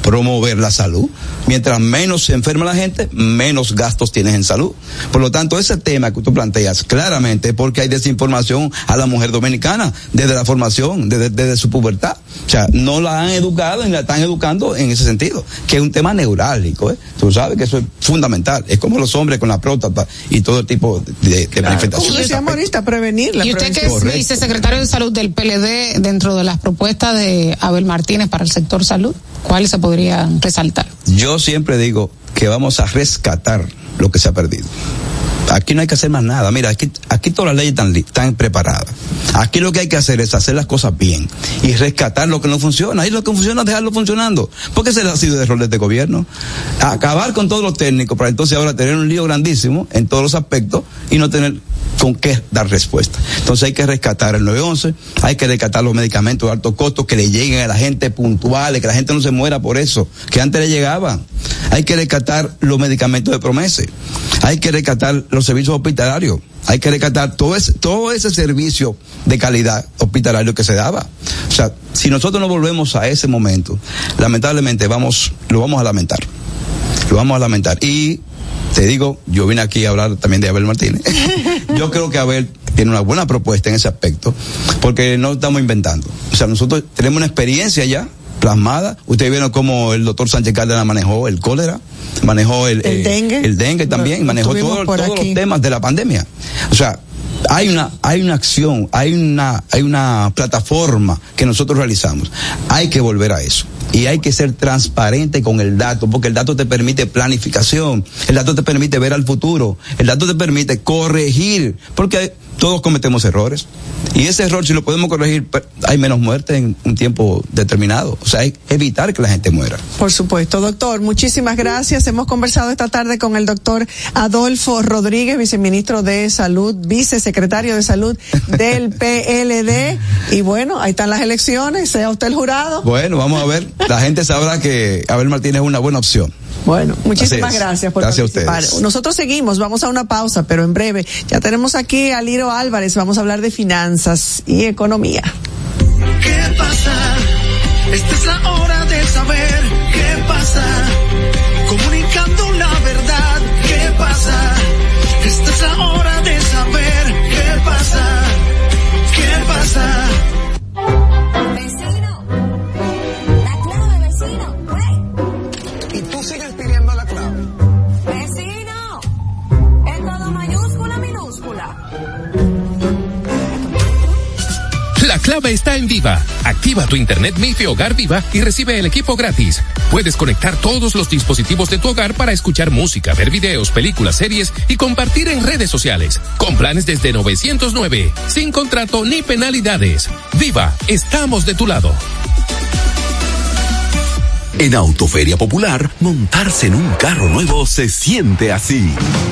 promover la salud. Mientras menos se enferma la gente, menos gastos tienes en salud. Por lo tanto, ese tema que tú planteas claramente es porque hay desinformación a la mujer dominicana desde la formación, desde, desde su pubertad. O sea, no la han educado y la están educando en ese sentido, que es un tema neurálgico, ¿eh? Tú sabes que eso es fundamental. Es como los hombres con la próstata y todo tipo de, de claro, manifestaciones. Como decíamos ahorita, prevenir la ¿Y usted que es vicesecretario de Salud del P L D, dentro de las propuestas de Abel Martínez para el sector salud, cuáles se podrían resaltar? Yo siempre digo que vamos a rescatar lo que se ha perdido. Aquí no hay que hacer más nada. Mira, aquí, aquí todas las leyes están, están preparadas. Aquí lo que hay que hacer es hacer las cosas bien y rescatar lo que no funciona. Y lo que funciona, dejarlo funcionando. Porque ese ha sido el error de este gobierno. Acabar con todos los técnicos para entonces ahora tener un lío grandísimo en todos los aspectos y no tener con qué dar respuesta. Entonces hay que rescatar el nueve once, hay que rescatar los medicamentos de alto costo que le lleguen a la gente puntuales, que la gente no se muera por eso, que antes le llegaban. Hay que rescatar los medicamentos de promesa. Hay que rescatar los servicios hospitalarios. Hay que rescatar todo ese, todo ese servicio de calidad hospitalario que se daba. O sea, si nosotros no volvemos a ese momento, lamentablemente vamos, lo vamos a lamentar. Lo vamos a lamentar. Y te digo, yo vine aquí a hablar también de Abel Martínez. Yo creo que Abel tiene una buena propuesta en ese aspecto, porque no estamos inventando. O sea, nosotros tenemos una experiencia ya plasmada. Ustedes vieron cómo el doctor Sánchez Cárdenas manejó el cólera, manejó el, el eh, dengue, el dengue también, lo, manejó todo, todos los temas de la pandemia. O sea, hay una, hay una acción, hay una, hay una plataforma que nosotros realizamos. Hay que volver a eso. Y hay que ser transparente con el dato, porque el dato te permite planificación, el dato te permite ver al futuro, el dato te permite corregir, porque todos cometemos errores. Y ese error, si lo podemos corregir, hay menos muertes en un tiempo determinado. O sea, hay que evitar que la gente muera. Por supuesto, doctor. Muchísimas gracias. Hemos conversado esta tarde con el doctor Adolfo Rodríguez, viceministro de Salud, vicesecretario de Salud del P L D. Y bueno, ahí están las elecciones. Sea usted el jurado. Bueno, vamos a ver. La gente sabrá que Abel Martínez es una buena opción. Bueno, muchísimas gracias por gracias participar. A ustedes. Nosotros seguimos, vamos a una pausa, pero en breve ya tenemos aquí a Liro Álvarez, vamos a hablar de finanzas y economía. ¿Qué pasa? Esta es la hora de saber qué pasa. Comunicando la verdad, ¿qué pasa? Esta es la hora de saber qué pasa. ¿Qué pasa? Vecino, la clave, vecino. Y tú sigues pidiendo la clave. Vecino, es todo mayúscula, minúscula. La clave está en Viva. Activa tu internet MIFI Hogar Viva y recibe el equipo gratis. Puedes conectar todos los dispositivos de tu hogar para escuchar música, ver videos, películas, series y compartir en redes sociales. Con planes desde novecientos nueve, sin contrato ni penalidades. Viva, estamos de tu lado. En Autoferia Popular, montarse en un carro nuevo se siente así.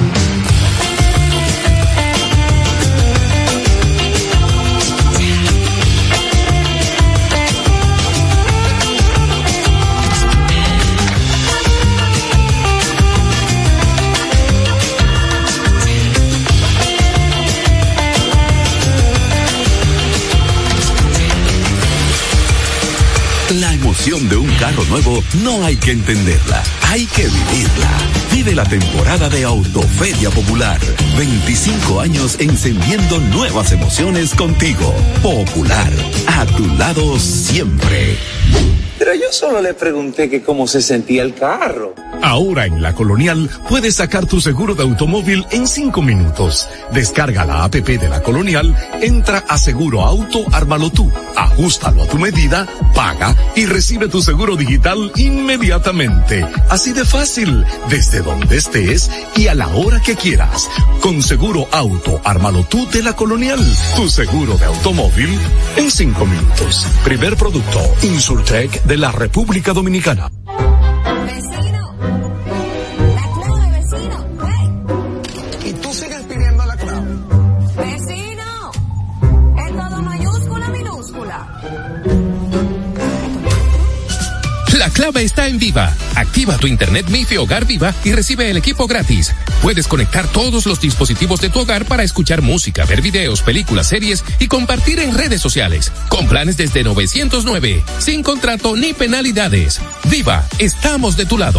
La emoción de un carro nuevo no hay que entenderla, hay que vivirla. Vive la temporada de Autoferia Popular. veinticinco años encendiendo nuevas emociones contigo. Popular, a tu lado siempre. Pero yo solo le pregunté que cómo se sentía el carro. Ahora en La Colonial puedes sacar tu seguro de automóvil en cinco minutos. Descarga la app de La Colonial, entra a Seguro Auto, ármalo tú, ajústalo a tu medida, paga y recibe tu seguro digital inmediatamente. Así de fácil, desde donde estés y a la hora que quieras. Con Seguro Auto, ármalo tú de La Colonial, tu seguro de automóvil en cinco minutos. Primer producto, Insurtech de la República Dominicana. Vecino, la clave, vecino. Y tú sigues pidiendo la clave. Vecino, es todo mayúscula, minúscula. La clave está en Viva. Activa tu internet MIFI Hogar Viva y recibe el equipo gratis. Puedes conectar todos los dispositivos de tu hogar para escuchar música, ver videos, películas, series y compartir en redes sociales. Con planes desde novecientos nueve, sin contrato ni penalidades. Viva, estamos de tu lado.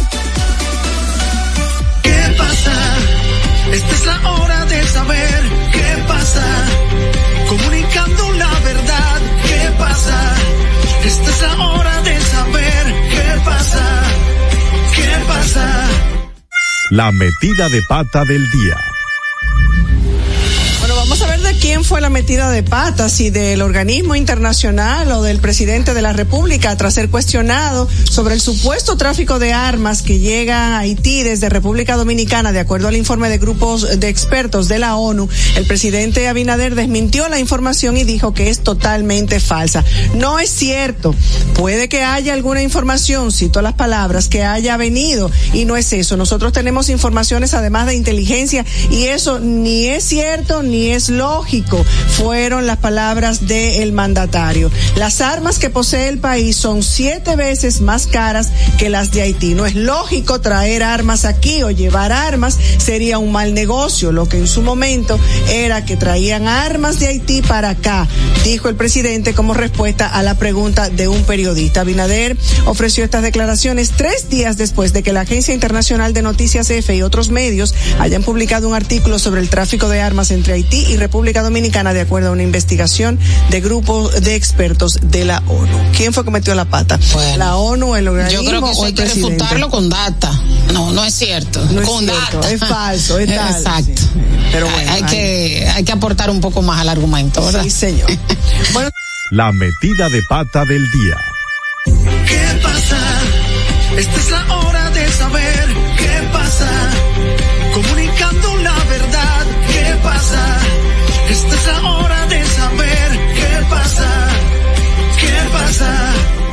¿Qué pasa? Esta es la hora de saber qué pasa. Comunicando la verdad, ¿qué pasa? Esta es la hora de saber qué pasa. ¿Qué pasa? La metida de pata del día. Bueno, vamos a ver de quién fue la metida de pata, si del organismo internacional o del presidente de la República, tras ser cuestionado sobre el supuesto tráfico de armas que llega a Haití desde República Dominicana. De acuerdo al informe de grupos de expertos de la ONU, el presidente Abinader desmintió la información y dijo que es totalmente falsa. No es cierto. Puede que haya alguna información, cito las palabras, que haya venido, y no es eso. Nosotros tenemos informaciones además de inteligencia y eso ni es cierto ni es lógico, fueron las palabras del mandatario. Las armas que posee el país son siete veces más caras que las de Haití. No es lógico traer armas aquí o llevar armas, sería un mal negocio. Lo que en su momento era que traían armas de Haití para acá, dijo el presidente como respuesta a la pregunta de un periodista. Abinader ofreció estas declaraciones tres días después de que la Agencia Internacional de Noticias E F E y otros medios hayan publicado un artículo sobre el tráfico de armas entre Haití y República Dominicana, de acuerdo a una investigación de grupos de expertos de la ONU. ¿Quién fue que metió la pata? Bueno, ¿la ONU, el organismo yo creo que eso o el hay que presidente? Refutarlo con data. No, no es cierto. No con es cierto, data. es falso, es tal. Exacto. Sí. Pero bueno, hay, hay que hay que aportar un poco más al argumento, ¿verdad? Sí, señor. Bueno, la metida de pata del día. ¿Qué pasa? Esta es la hora de saber qué pasa. Comunicando la verdad, ¿qué pasa? Esta es la hora de saber qué pasa. ¿Qué pasa?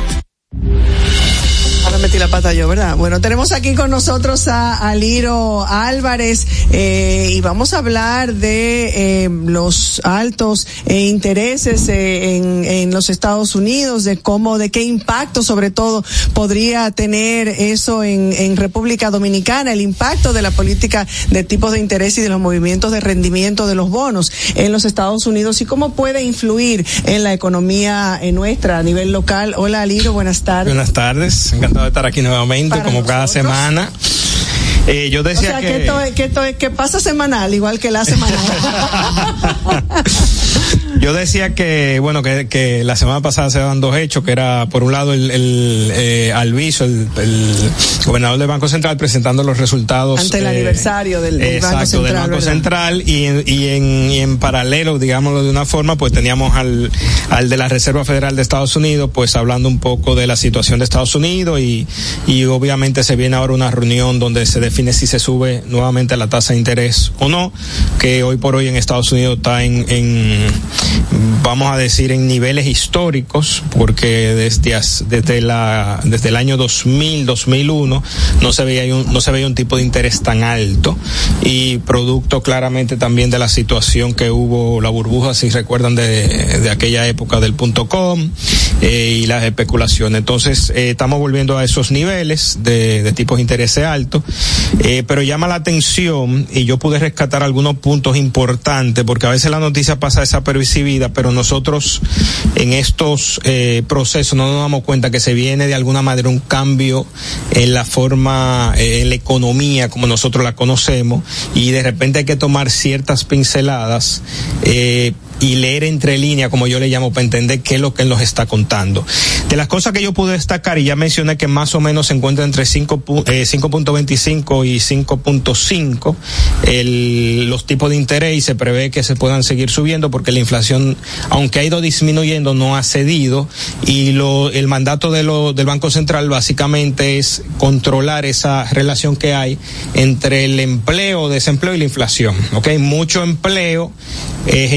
Ahora metí la pata yo, ¿verdad? Bueno, tenemos aquí con nosotros a Aliro Álvarez eh, y vamos a hablar de eh, los altos eh, intereses eh, en, en los Estados Unidos, de cómo, de qué impacto sobre todo podría tener eso en, en República Dominicana, el impacto de la política de tipos de interés y de los movimientos de rendimiento de los bonos en los Estados Unidos y cómo puede influir en la economía eh, nuestra a nivel local. Hola Aliro, buenas tardes. Buenas tardes, encantado de estar aquí nuevamente, para como nosotros. Cada semana. Eh, yo decía o sea, que... que esto, es, que esto es que pasa semanal, igual que la semanal. Yo decía que, bueno, que, que la semana pasada se daban dos hechos, que era, por un lado, el, el eh, Alviso, el, el gobernador del Banco Central, presentando los resultados. Ante el eh, aniversario del, del exacto, Banco Central. del Banco ¿verdad? Central, y, y, en, y en paralelo, digámoslo de una forma, pues teníamos al, al de la Reserva Federal de Estados Unidos, pues hablando un poco de la situación de Estados Unidos, y, y obviamente se viene ahora una reunión donde se define si se sube nuevamente la tasa de interés o no, que hoy por hoy en Estados Unidos está en, en vamos a decir, en niveles históricos, porque desde, desde la, desde el año dos mil, dos mil uno, no se veía un, no se veía un tipo de interés tan alto, y producto claramente también de la situación que hubo, la burbuja, si recuerdan, de, de aquella época del punto com, eh, y las especulaciones. Entonces, eh, estamos volviendo a esos niveles de, de tipos de interés altos, eh, pero llama la atención, y yo pude rescatar algunos puntos importantes, porque a veces la noticia pasa desapercibida, pero nosotros en estos eh, procesos no nos damos cuenta que se viene de alguna manera un cambio en la forma, eh, en la economía como nosotros la conocemos, y de repente hay que tomar ciertas pinceladas eh, y leer entre líneas, como yo le llamo, para entender qué es lo que él nos está contando. De las cosas que yo pude destacar, y ya mencioné que más o menos se encuentra entre cinco punto veinticinco y cinco punto cinco el, los tipos de interés, y se prevé que se puedan seguir subiendo porque la inflación, aunque ha ido disminuyendo, no ha cedido, y lo, el mandato de lo, del Banco Central básicamente es controlar esa relación que hay entre el empleo, desempleo y la inflación. ¿Okay? Mucho empleo eh, genera inflación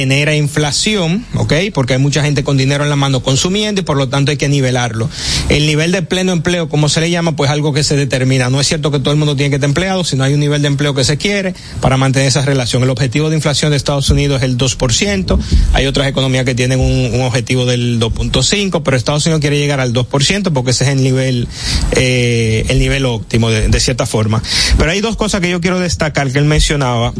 inflación, ¿ok? Porque hay mucha gente con dinero en la mano consumiendo y por lo tanto hay que nivelarlo. El nivel de pleno empleo, como se le llama, pues algo que se determina. No es cierto que todo el mundo tiene que estar empleado, sino hay un nivel de empleo que se quiere para mantener esa relación. El objetivo de inflación de Estados Unidos es el dos por ciento. Hay otras economías que tienen un, un objetivo del dos punto cinco, pero Estados Unidos quiere llegar al dos por ciento porque ese es el nivel, eh, el nivel óptimo de, de cierta forma. Pero hay dos cosas que yo quiero destacar que él mencionaba.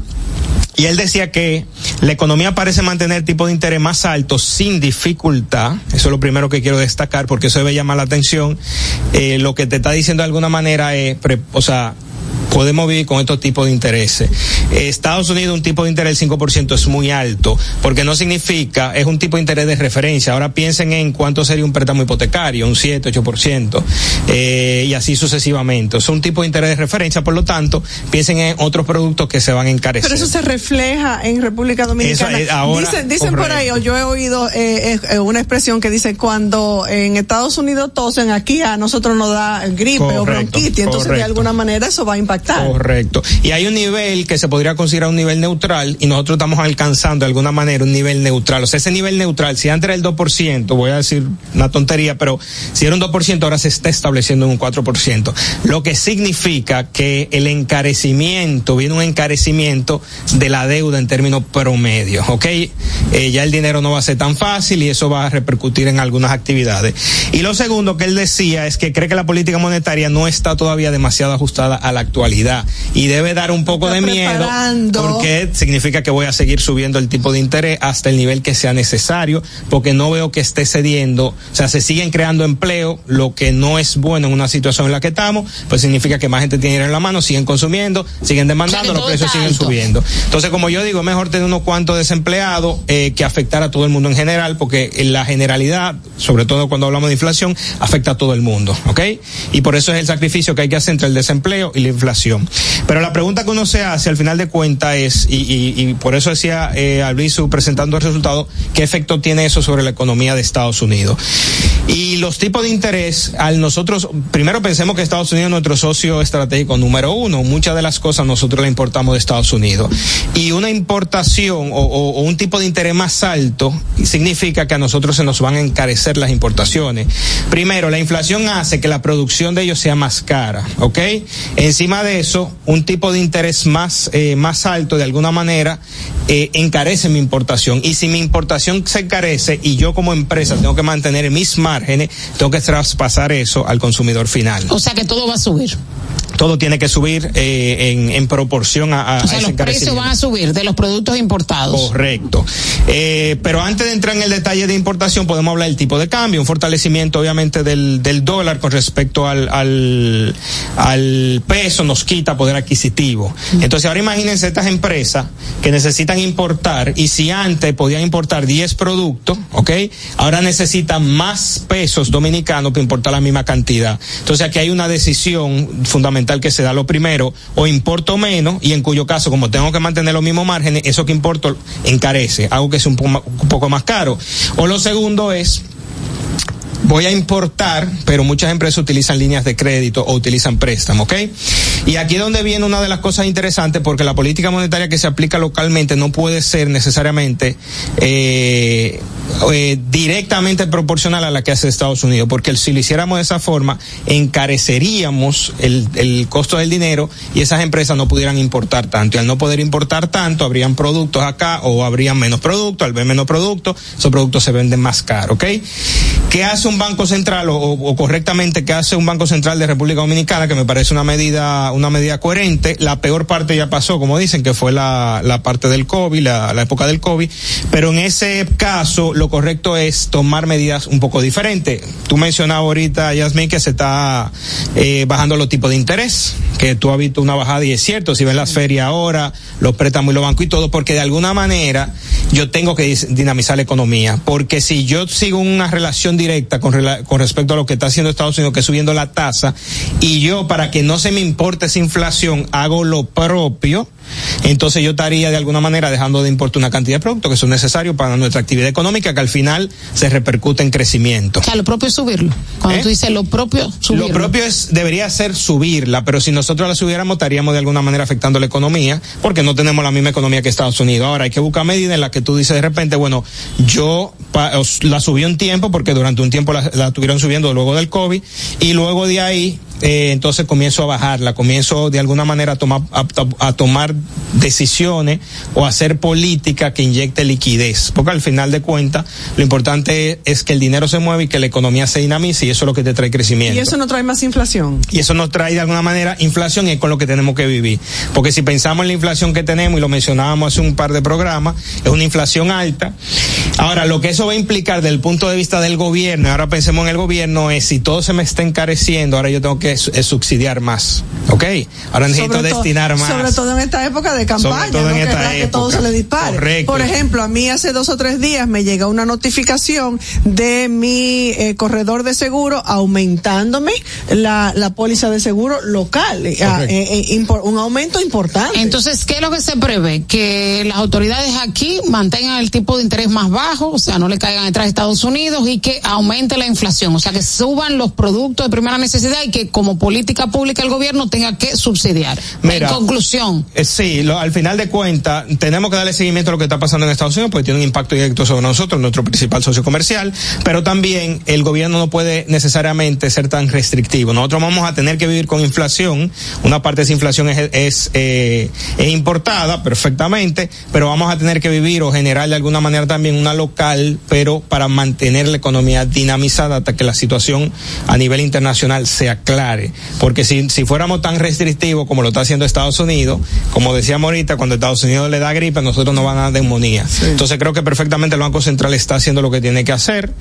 Y él decía que la economía parece mantener tipo de interés más alto sin dificultad. Eso es lo primero que quiero destacar porque eso debe llamar la atención. Eh, lo que te está diciendo de alguna manera es, pre, o sea, podemos vivir con estos tipos de intereses. Estados Unidos, un tipo de interés del cinco por ciento es muy alto, porque no significa, es un tipo de interés de referencia. Ahora piensen en cuánto sería un préstamo hipotecario, un siete, ocho por ciento, eh, y así sucesivamente. Es un tipo de interés de referencia, por lo tanto, piensen en otros productos que se van a encarecer. Pero eso se refleja en República Dominicana. Eso, eh, ahora, dicen dicen por ahí, o yo he oído eh, eh, una expresión que dice, cuando en Estados Unidos tosen, aquí a nosotros nos da gripe correcto, o bronquitis, entonces correcto. De alguna manera eso va a impactar. Correcto. Y hay un nivel que se podría considerar un nivel neutral y nosotros estamos alcanzando de alguna manera un nivel neutral. O sea, ese nivel neutral, si antes era el dos por ciento, voy a decir una tontería, pero si era un dos por ciento, ahora se está estableciendo en un cuatro por ciento. Lo que significa que el encarecimiento, viene un encarecimiento de la deuda en términos promedio, ¿ok? Eh, ya el dinero no va a ser tan fácil y eso va a repercutir en algunas actividades. Y lo segundo que él decía es que cree que la política monetaria no está todavía demasiado ajustada a la actualidad y debe dar un poco de miedo porque significa que voy a seguir subiendo el tipo de interés hasta el nivel que sea necesario, porque no veo que esté cediendo. O sea, se siguen creando empleo, lo que no es bueno en una situación en la que estamos, pues significa que más gente tiene dinero en la mano, siguen consumiendo, siguen demandando, o sea, los precios siguen alto. Subiendo. Entonces, como yo digo, es mejor tener unos cuantos desempleados eh, que afectar a todo el mundo en general, porque en la generalidad, sobre todo cuando hablamos de inflación, afecta a todo el mundo, ¿ok? Y por eso es el sacrificio que hay que hacer entre el desempleo y la inflación. Pero la pregunta que uno se hace al final de cuentas es, y, y, y por eso decía eh, Albizu presentando el resultado, ¿qué efecto tiene eso sobre la economía de Estados Unidos? Y los tipos de interés, al nosotros, primero pensemos que Estados Unidos es nuestro socio estratégico número uno. Muchas de las cosas nosotros las importamos de Estados Unidos. Y una importación o, o, o un tipo de interés más alto significa que a nosotros se nos van a encarecer las importaciones. Primero, la inflación hace que la producción de ellos sea más cara, ¿ok? Encima de eso, un tipo de interés más eh, más alto de alguna manera eh, encarece mi importación, y si mi importación se encarece y yo como empresa tengo que mantener mis márgenes, tengo que traspasar eso al consumidor final. O sea que todo va a subir. Todo tiene que subir eh, en, en proporción a, a, o sea, a ese los precios van a subir de los productos importados. Correcto. Eh, pero antes de entrar en el detalle de importación, podemos hablar del tipo de cambio, un fortalecimiento obviamente del, del dólar con respecto al, al, al peso nos quita poder adquisitivo. Entonces ahora imagínense estas empresas que necesitan importar, y si antes podían importar diez productos, ¿ok? Ahora necesitan más pesos dominicanos para importar la misma cantidad. Entonces aquí hay una decisión fundamental que se da. Lo primero, o importo menos, y en cuyo caso, como tengo que mantener los mismos márgenes, eso que importo encarece, algo que es un poco, un poco más caro. O lo segundo es, voy a importar, pero muchas empresas utilizan líneas de crédito o utilizan préstamos, ¿ok? Y aquí es donde viene una de las cosas interesantes, porque la política monetaria que se aplica localmente no puede ser necesariamente eh, eh, directamente proporcional a la que hace Estados Unidos, porque si lo hiciéramos de esa forma, encareceríamos el, el costo del dinero y esas empresas no pudieran importar tanto. Y al no poder importar tanto, habrían productos acá o habrían menos productos. Al ver menos productos, esos productos se venden más caro, ¿ok? ¿Qué hace un banco central o, o correctamente qué hace un banco central de República Dominicana? Que me parece una medida una medida coherente. La peor parte ya pasó, como dicen, que fue la, la parte del COVID, la, la época del COVID, pero en ese caso lo correcto es tomar medidas un poco diferentes. Tú mencionabas ahorita, Yasmín, que se está eh, bajando los tipos de interés, que tú has visto una bajada, y es cierto, si ven las ferias ahora, los préstamos y los bancos y todo, porque de alguna manera yo tengo que dinamizar la economía, porque si yo sigo una relación directa con, rela- con respecto a lo que está haciendo Estados Unidos, que es subiendo la tasa, y yo, para que no se me importe esa inflación, hago lo propio, entonces yo estaría de alguna manera dejando de importar una cantidad de productos que son necesarios para nuestra actividad económica, que al final se repercute en crecimiento. O sea, lo propio es subirlo. Cuando ¿Eh? tú dices lo propio, subirlo. Lo propio es, debería ser subirla, pero si nosotros la subiéramos estaríamos de alguna manera afectando la economía, porque no tenemos la misma economía que Estados Unidos. Ahora hay que buscar medidas en las que tú dices de repente, bueno, yo pa, la subí un tiempo, porque durante un tiempo la, la estuvieron subiendo luego del COVID, y luego de ahí Eh, entonces comienzo a bajarla, comienzo de alguna manera a tomar, a, a tomar decisiones o hacer política que inyecte liquidez, porque al final de cuentas lo importante es que el dinero se mueva y que la economía se dinamice, y eso es lo que te trae crecimiento. Y eso no trae más inflación. Y eso nos trae de alguna manera inflación, y es con lo que tenemos que vivir, porque si pensamos en la inflación que tenemos, y lo mencionábamos hace un par de programas, es una inflación alta. Ahora, lo que eso va a implicar desde el punto de vista del gobierno, y ahora pensemos en el gobierno, es si todo se me está encareciendo, ahora yo tengo que Es, es subsidiar más, ¿ok? Ahora necesito sobre destinar to, más. Sobre todo en esta época de campaña, sobre todo ¿no? en que, esta época. que todo se le dispare. Correcto. Por ejemplo, a mí hace dos o tres días me llega una notificación de mi eh, corredor de seguro aumentándome la, la póliza de seguro local, eh, eh, impor, un aumento importante. Entonces, ¿qué es lo que se prevé? Que las autoridades aquí mantengan el tipo de interés más bajo, o sea, no le caigan detrás de Estados Unidos, y que aumente la inflación, o sea, que suban los productos de primera necesidad, y que como política pública el gobierno tenga que subsidiar. Mira, en conclusión. Eh, sí, lo, al final de cuentas, tenemos que darle seguimiento a lo que está pasando en Estados Unidos, porque tiene un impacto directo sobre nosotros, nuestro principal socio comercial, pero también el gobierno no puede necesariamente ser tan restrictivo. Nosotros vamos a tener que vivir con inflación, una parte de esa inflación es, es, eh, es importada perfectamente, pero vamos a tener que vivir o generar de alguna manera también una local, pero para mantener la economía dinamizada hasta que la situación a nivel internacional se aclare. Porque si, si fuéramos tan restrictivos como lo está haciendo Estados Unidos, como decíamos ahorita, cuando Estados Unidos le da gripe, a nosotros nos van a dar neumonía. Sí. Entonces creo que perfectamente el Banco Central está haciendo lo que tiene que hacer.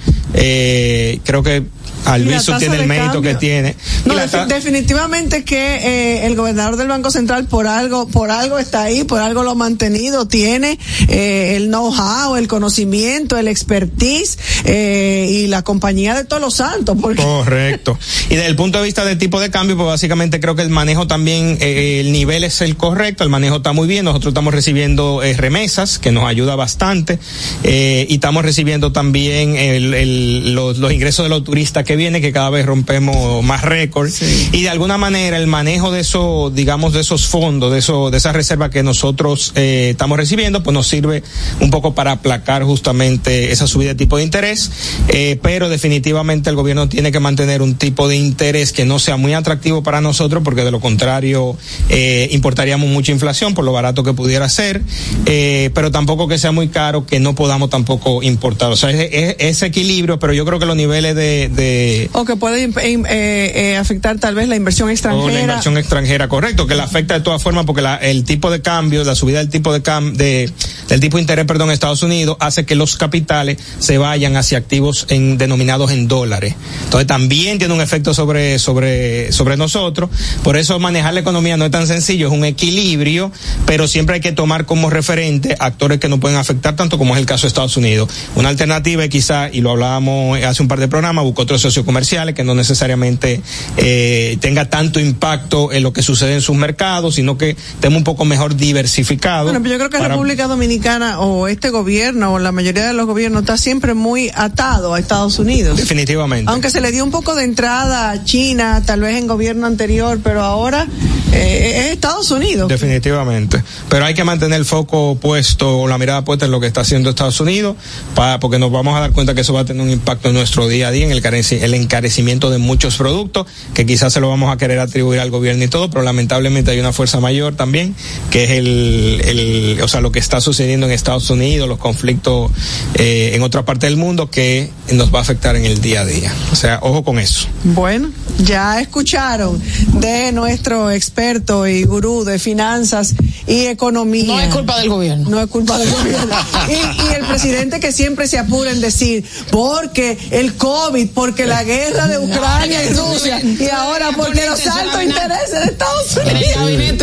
Eh, creo que Alviso tiene el mérito cambio. que tiene. No, ta- definitivamente que eh, el gobernador del Banco Central por algo, por algo está ahí, por algo lo ha mantenido, tiene eh, el know-how, el conocimiento, el expertise eh, y la compañía de todos los santos. Porque... Correcto. Y desde el punto de vista del tipo de cambio, pues básicamente creo que el manejo también, eh, el nivel es el correcto, el manejo está muy bien, nosotros estamos recibiendo eh, remesas, que nos ayuda bastante, eh, y estamos recibiendo también el, el, los, los ingresos de los turistas que vienen, que cada vez rompemos más récords, sí. Y de alguna manera el manejo de esos, digamos, de esos fondos, de eso, de esas reservas que nosotros eh, estamos recibiendo, pues nos sirve un poco para aplacar justamente esa subida de tipo de interés, eh, pero definitivamente el gobierno tiene que mantener un tipo de interés que no sea muy atractivo para nosotros, porque de lo contrario eh, importaríamos mucha inflación por lo barato que pudiera ser, eh, pero tampoco que sea muy caro que no podamos tampoco importar. O sea, es, es, ese equilibrio, pero yo creo que los niveles de... de o que puede eh, eh, afectar tal vez la inversión extranjera. O la inversión extranjera, correcto, que la afecta de todas formas, porque la, el tipo de cambio, la subida del tipo de cam, de, del tipo de interés, perdón, en Estados Unidos, hace que los capitales se vayan hacia activos en, denominados en dólares. Entonces también tiene un efecto sobre, sobre, sobre nosotros. Por eso manejar la economía no es tan sencillo, es un equilibrio, pero siempre hay que tomar como referente actores que nos pueden afectar tanto, como es el caso de Estados Unidos. Una alternativa es quizá, y lo hablábamos hace un par de programas, buscar otros socios comerciales que no necesariamente eh, tenga tanto impacto en lo que sucede en sus mercados, sino que estemos un poco mejor diversificados. Bueno, pero yo creo que para... República Dominicana o este gobierno o la mayoría de los gobiernos está siempre muy atado a Estados Unidos. Definitivamente. Aunque se le dio un poco de entrada a China, tal vez en gobierno anterior, pero ahora eh, es Estados Unidos. Definitivamente. Pero hay que mantener el foco puesto, o la mirada puesta en lo que está haciendo Estados Unidos, para, porque nos vamos a dar cuenta que eso va a tener un impacto en nuestro día a día, en el, careci- el encarecimiento de muchos productos, que quizás se lo vamos a querer atribuir al gobierno y todo, pero lamentablemente hay una fuerza mayor también, que es el, el o sea, lo que está sucediendo en Estados Unidos, los conflictos eh, en otra parte del mundo, que nos va a afectar en el día a día. O sea, ojo con eso. Bueno, ya escucharon de nuestro experto y gurú de finanzas y economía. No es culpa del gobierno. No es culpa del gobierno. Y, y el presidente que siempre se apura en decir, porque el COVID, porque la guerra de Ucrania y Rusia, y ahora porque los altos intereses de Estados Unidos. El gabinete de, del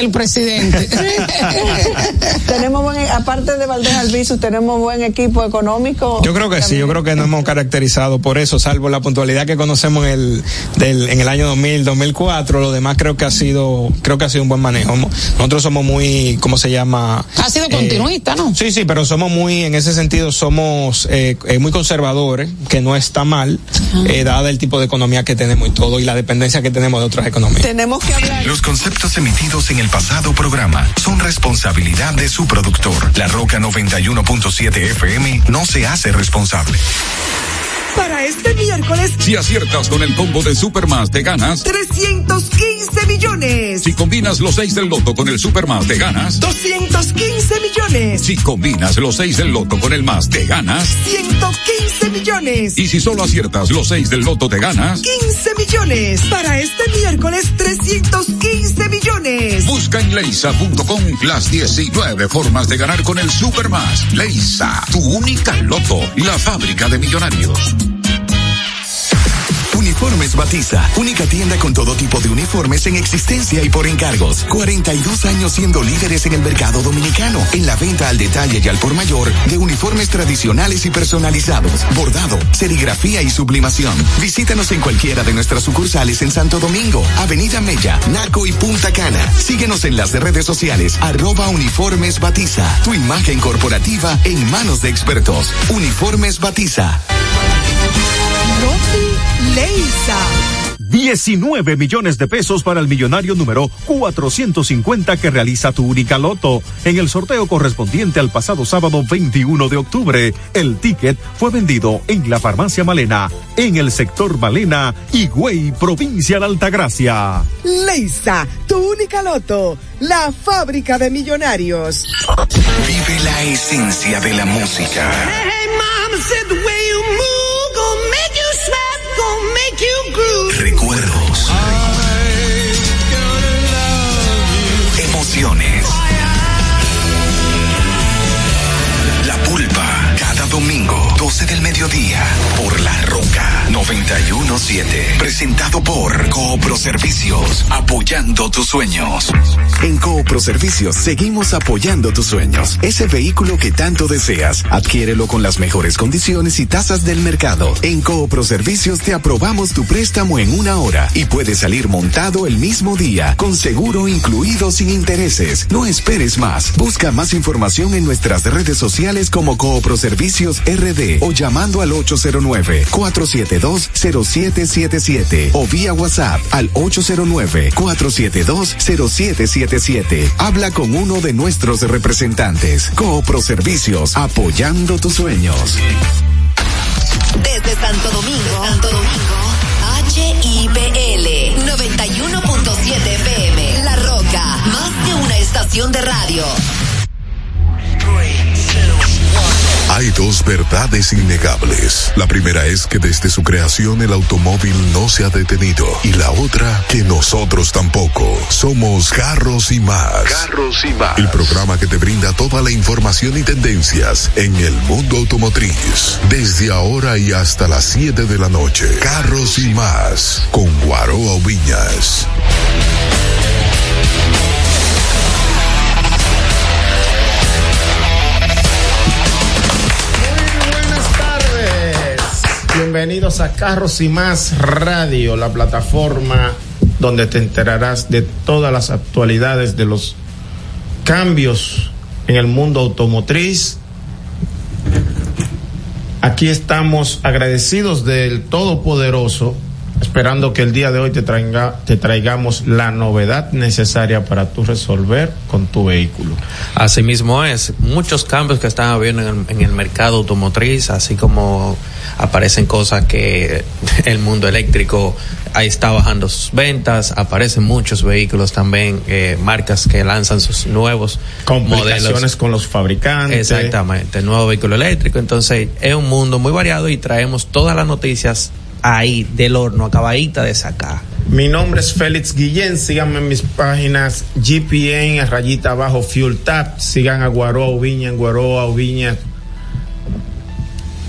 el presidente. Tenemos buen, aparte de Valdés Albizu, tenemos buen equipo económico. Yo creo que sí, yo creo que nos hemos caracterizado por eso, salvo la puntualidad que conocemos en el del, en el año dos mil, dos mil cuatro, lo demás creo que ha sido, creo que ha sido un buen manejo. Nosotros somos muy, ¿cómo se llama? Ha sido continuista, eh, ¿no? Sí, sí, pero somos muy, en ese sentido, somos eh, eh, muy conservadores, que no está mal, eh, dada el tipo de economía que tenemos y todo, y la dependencia que tenemos de otras economías. Tenemos que hablar. Los conceptos emitidos en el pasado programa son responsabilidad de su productor. La Roca noventa y uno punto siete F M no se hace responsable. Para este miércoles, si aciertas con el combo de Supermás, te ganas trescientos quince millones. Si combinas los seis del loto con el Supermás, te ganas doscientos quince millones. Si combinas los seis del loto con el más, te ganas ciento quince millones. Y si solo aciertas los seis del loto, te ganas quince millones. Para este miércoles, trescientos quince millones. Busca en leisa punto com las diecinueve formas de ganar con el Supermás. Leisa, tu única loto, la fábrica de millonarios. Uniformes Batiza, única tienda con todo tipo de uniformes en existencia y por encargos. cuarenta y dos años siendo líderes en el mercado dominicano, en la venta al detalle y al por mayor de uniformes tradicionales y personalizados, bordado, serigrafía y sublimación. Visítanos en cualquiera de nuestras sucursales en Santo Domingo, Avenida Mella, Naco y Punta Cana. Síguenos en las redes sociales, arroba Uniformes Batiza. Tu imagen corporativa en manos de expertos. Uniformes Batiza. Rosy Leisa. diecinueve millones de pesos para el millonario número cuatrocientos cincuenta que realiza tu única loto. En el sorteo correspondiente al pasado sábado veintiuno de octubre, el ticket fue vendido en la farmacia Malena, en el sector Malena, Higüey, provincia de Altagracia. Leisa, tu única loto, la fábrica de millonarios. Vive la esencia de la música. Hey, mama said the way you move, gonna make you sweat, gonna make you groove. Recuerdos. Emociones. La Pulpa, cada domingo, doce del mediodía, por La Roca noventa y uno punto siete. Presentado por Coopro Servicios, apoyando tus sueños. En Coopro Servicios seguimos apoyando tus sueños. Ese vehículo que tanto deseas, adquiérelo con las mejores condiciones y tasas del mercado. En Coopro Servicios te aprobamos tu préstamo en una hora y puedes salir montado el mismo día, con seguro incluido sin intereses. No esperes más. Busca más información en nuestras redes sociales como Coopro Servicios R D o llamando al ocho cero nueve, cuatro siete dos, cero siete siete siete o vía WhatsApp al ocho cero nueve, cuatro siete dos, cero siete siete siete. Habla con uno de nuestros representantes. Coopro Servicios, apoyando tus sueños. Desde Santo Domingo, Santo Domingo, H I B L noventa y uno punto siete F M. La Roca, más que una estación de radio. Hay dos verdades innegables. La primera es que desde su creación el automóvil no se ha detenido. Y la otra, que nosotros tampoco. Somos Carros y Más. Carros y Más. El programa que te brinda toda la información y tendencias en el mundo automotriz. Desde ahora y hasta las siete de la noche. Carros y Más. Con Guaroa Viñas. Bienvenidos a Carros y Más Radio, la plataforma donde te enterarás de todas las actualidades de los cambios en el mundo automotriz. Aquí estamos agradecidos del Todopoderoso, esperando que el día de hoy te, traiga, te traigamos la novedad necesaria para tú resolver con tu vehículo. Así mismo es, muchos cambios que están habiendo en el, en el mercado automotriz, así como aparecen cosas que el mundo eléctrico ahí está bajando sus ventas, aparecen muchos vehículos también, eh, marcas que lanzan sus nuevos complicaciones modelos con los fabricantes. Exactamente, el nuevo vehículo eléctrico. Entonces es un mundo muy variado y traemos todas las noticias ahí del horno, acabadita de sacar. Mi nombre es Félix Guillén, síganme en mis páginas G P N, rayita abajo Fuel Tap, sigan a Guaroa Viña en Guaroa Viña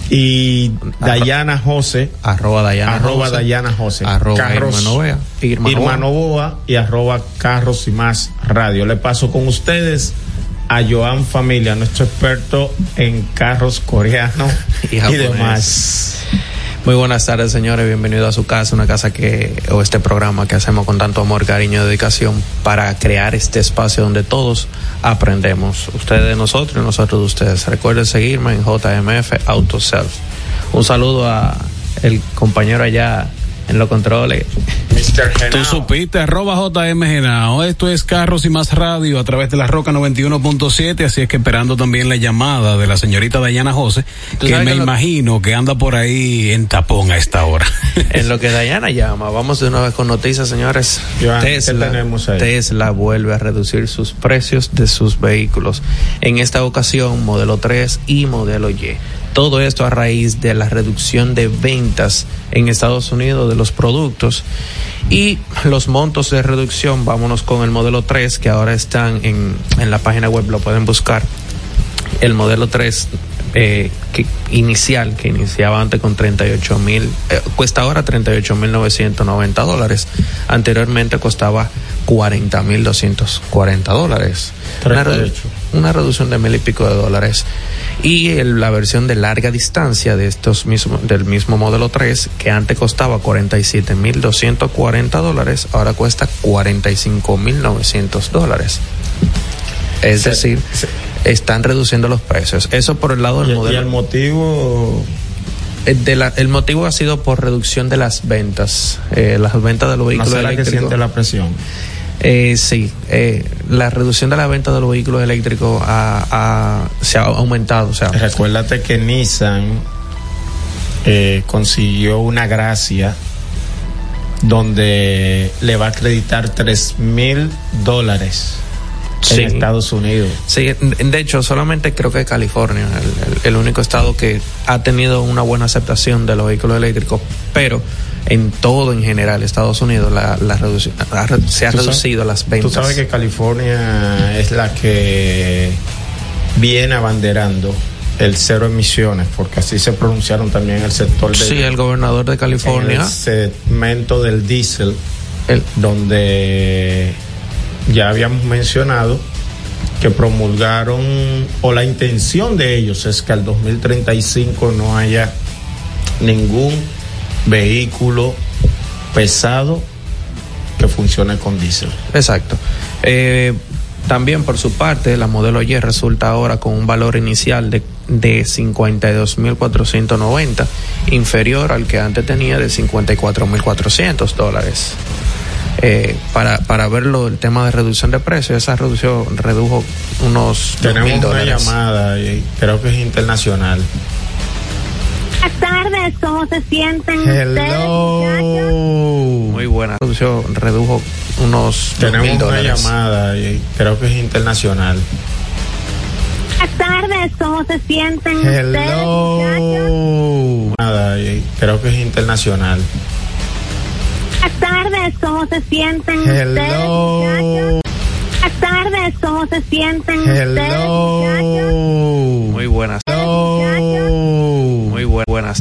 y Dayana José, arroba Dayana arroba José, Dayana José, arroba Carros, Irma Novoa, Irma, Irma Novoa y arroba Carros y Más Radio. Le paso con ustedes a Joan Familia, nuestro experto en carros coreanos y, y demás. Muy buenas tardes, señores, bienvenidos a su casa, una casa que, o este programa que hacemos con tanto amor, cariño y dedicación para crear este espacio donde todos aprendemos, ustedes de nosotros y nosotros de ustedes. Recuerden seguirme en J M F Auto Self. Un saludo a el compañero allá en los controles, mister Genao. Tú supiste, arroba J M Genao. Esto es Carros y Más Radio a través de la Roca noventa y uno punto siete, así es que esperando también la llamada de la señorita Dayana José, que me que imagino lo... que anda por ahí en tapón a esta hora. En lo que Dayana llama, vamos de una vez con noticias, señores. Joan, Tesla, Tesla vuelve a reducir sus precios de sus vehículos. En esta ocasión, modelo tres y modelo Y. Todo esto a raíz de la reducción de ventas en Estados Unidos de los productos y los montos de reducción. Vámonos con el modelo tres, que ahora están en, en la página web, lo pueden buscar. El modelo tres eh, que inicial, que iniciaba antes con treinta y ocho mil, eh, cuesta ahora treinta y ocho mil novecientos noventa dólares. Anteriormente costaba cuarenta mil doscientos cuarenta dólares. Una, redu- una reducción de mil y pico de dólares. Y el, la versión de larga distancia de estos mismos, del mismo modelo tres, que antes costaba cuarenta y siete mil doscientos cuarenta dólares, ahora cuesta cuarenta y cinco mil novecientos dólares. Es sí, decir, sí. Están reduciendo los precios. Eso por el lado del ¿Y, modelo. ¿Y el motivo? El, de la, el motivo ha sido por reducción de las ventas, eh, las ventas de los vehículos ¿No será eléctricos. que siente la presión? Eh, sí, eh, la reducción de la venta de los vehículos eléctricos ha, ha, se ha aumentado. O sea, recuérdate que Nissan eh, consiguió una gracia donde le va a acreditar tres mil dólares sí. en Estados Unidos. Sí, de hecho, solamente creo que California, el, el, el único estado que ha tenido una buena aceptación de los vehículos eléctricos, pero en todo en general Estados Unidos la, la reduc- la, se ha reducido sabes, las ventas. Tú sabes que California es la que viene abanderando el cero emisiones, porque así se pronunciaron también el sector de, sí, el gobernador de California, el segmento del diésel, el, donde ya habíamos mencionado que promulgaron, o la intención de ellos es que al dos mil treinta y cinco no haya ningún vehículo pesado que funcione con diésel. Exacto. Eh, también por su parte, la modelo Y resulta ahora con un valor inicial de, de cincuenta y dos mil cuatrocientos noventa, inferior al que antes tenía de cincuenta y cuatro mil cuatrocientos dólares. Eh, para, para verlo, el tema de reducción de precios, esa reducción redujo unos Tenemos mil dólares. Una llamada y creo que es internacional. Buenas tardes, ¿cómo se sienten Hello. ustedes? Muy buena. Redujo, redujo unos Tenemos mil una dólares. llamada y creo que es internacional. Buenas tardes, ¿cómo se sienten Hello. ustedes? Nada, y creo que es internacional. Buenas tardes, ¿cómo se sienten Hello. ustedes? Buenas tardes, ¿cómo se sienten Hello. ustedes? Muy buenas.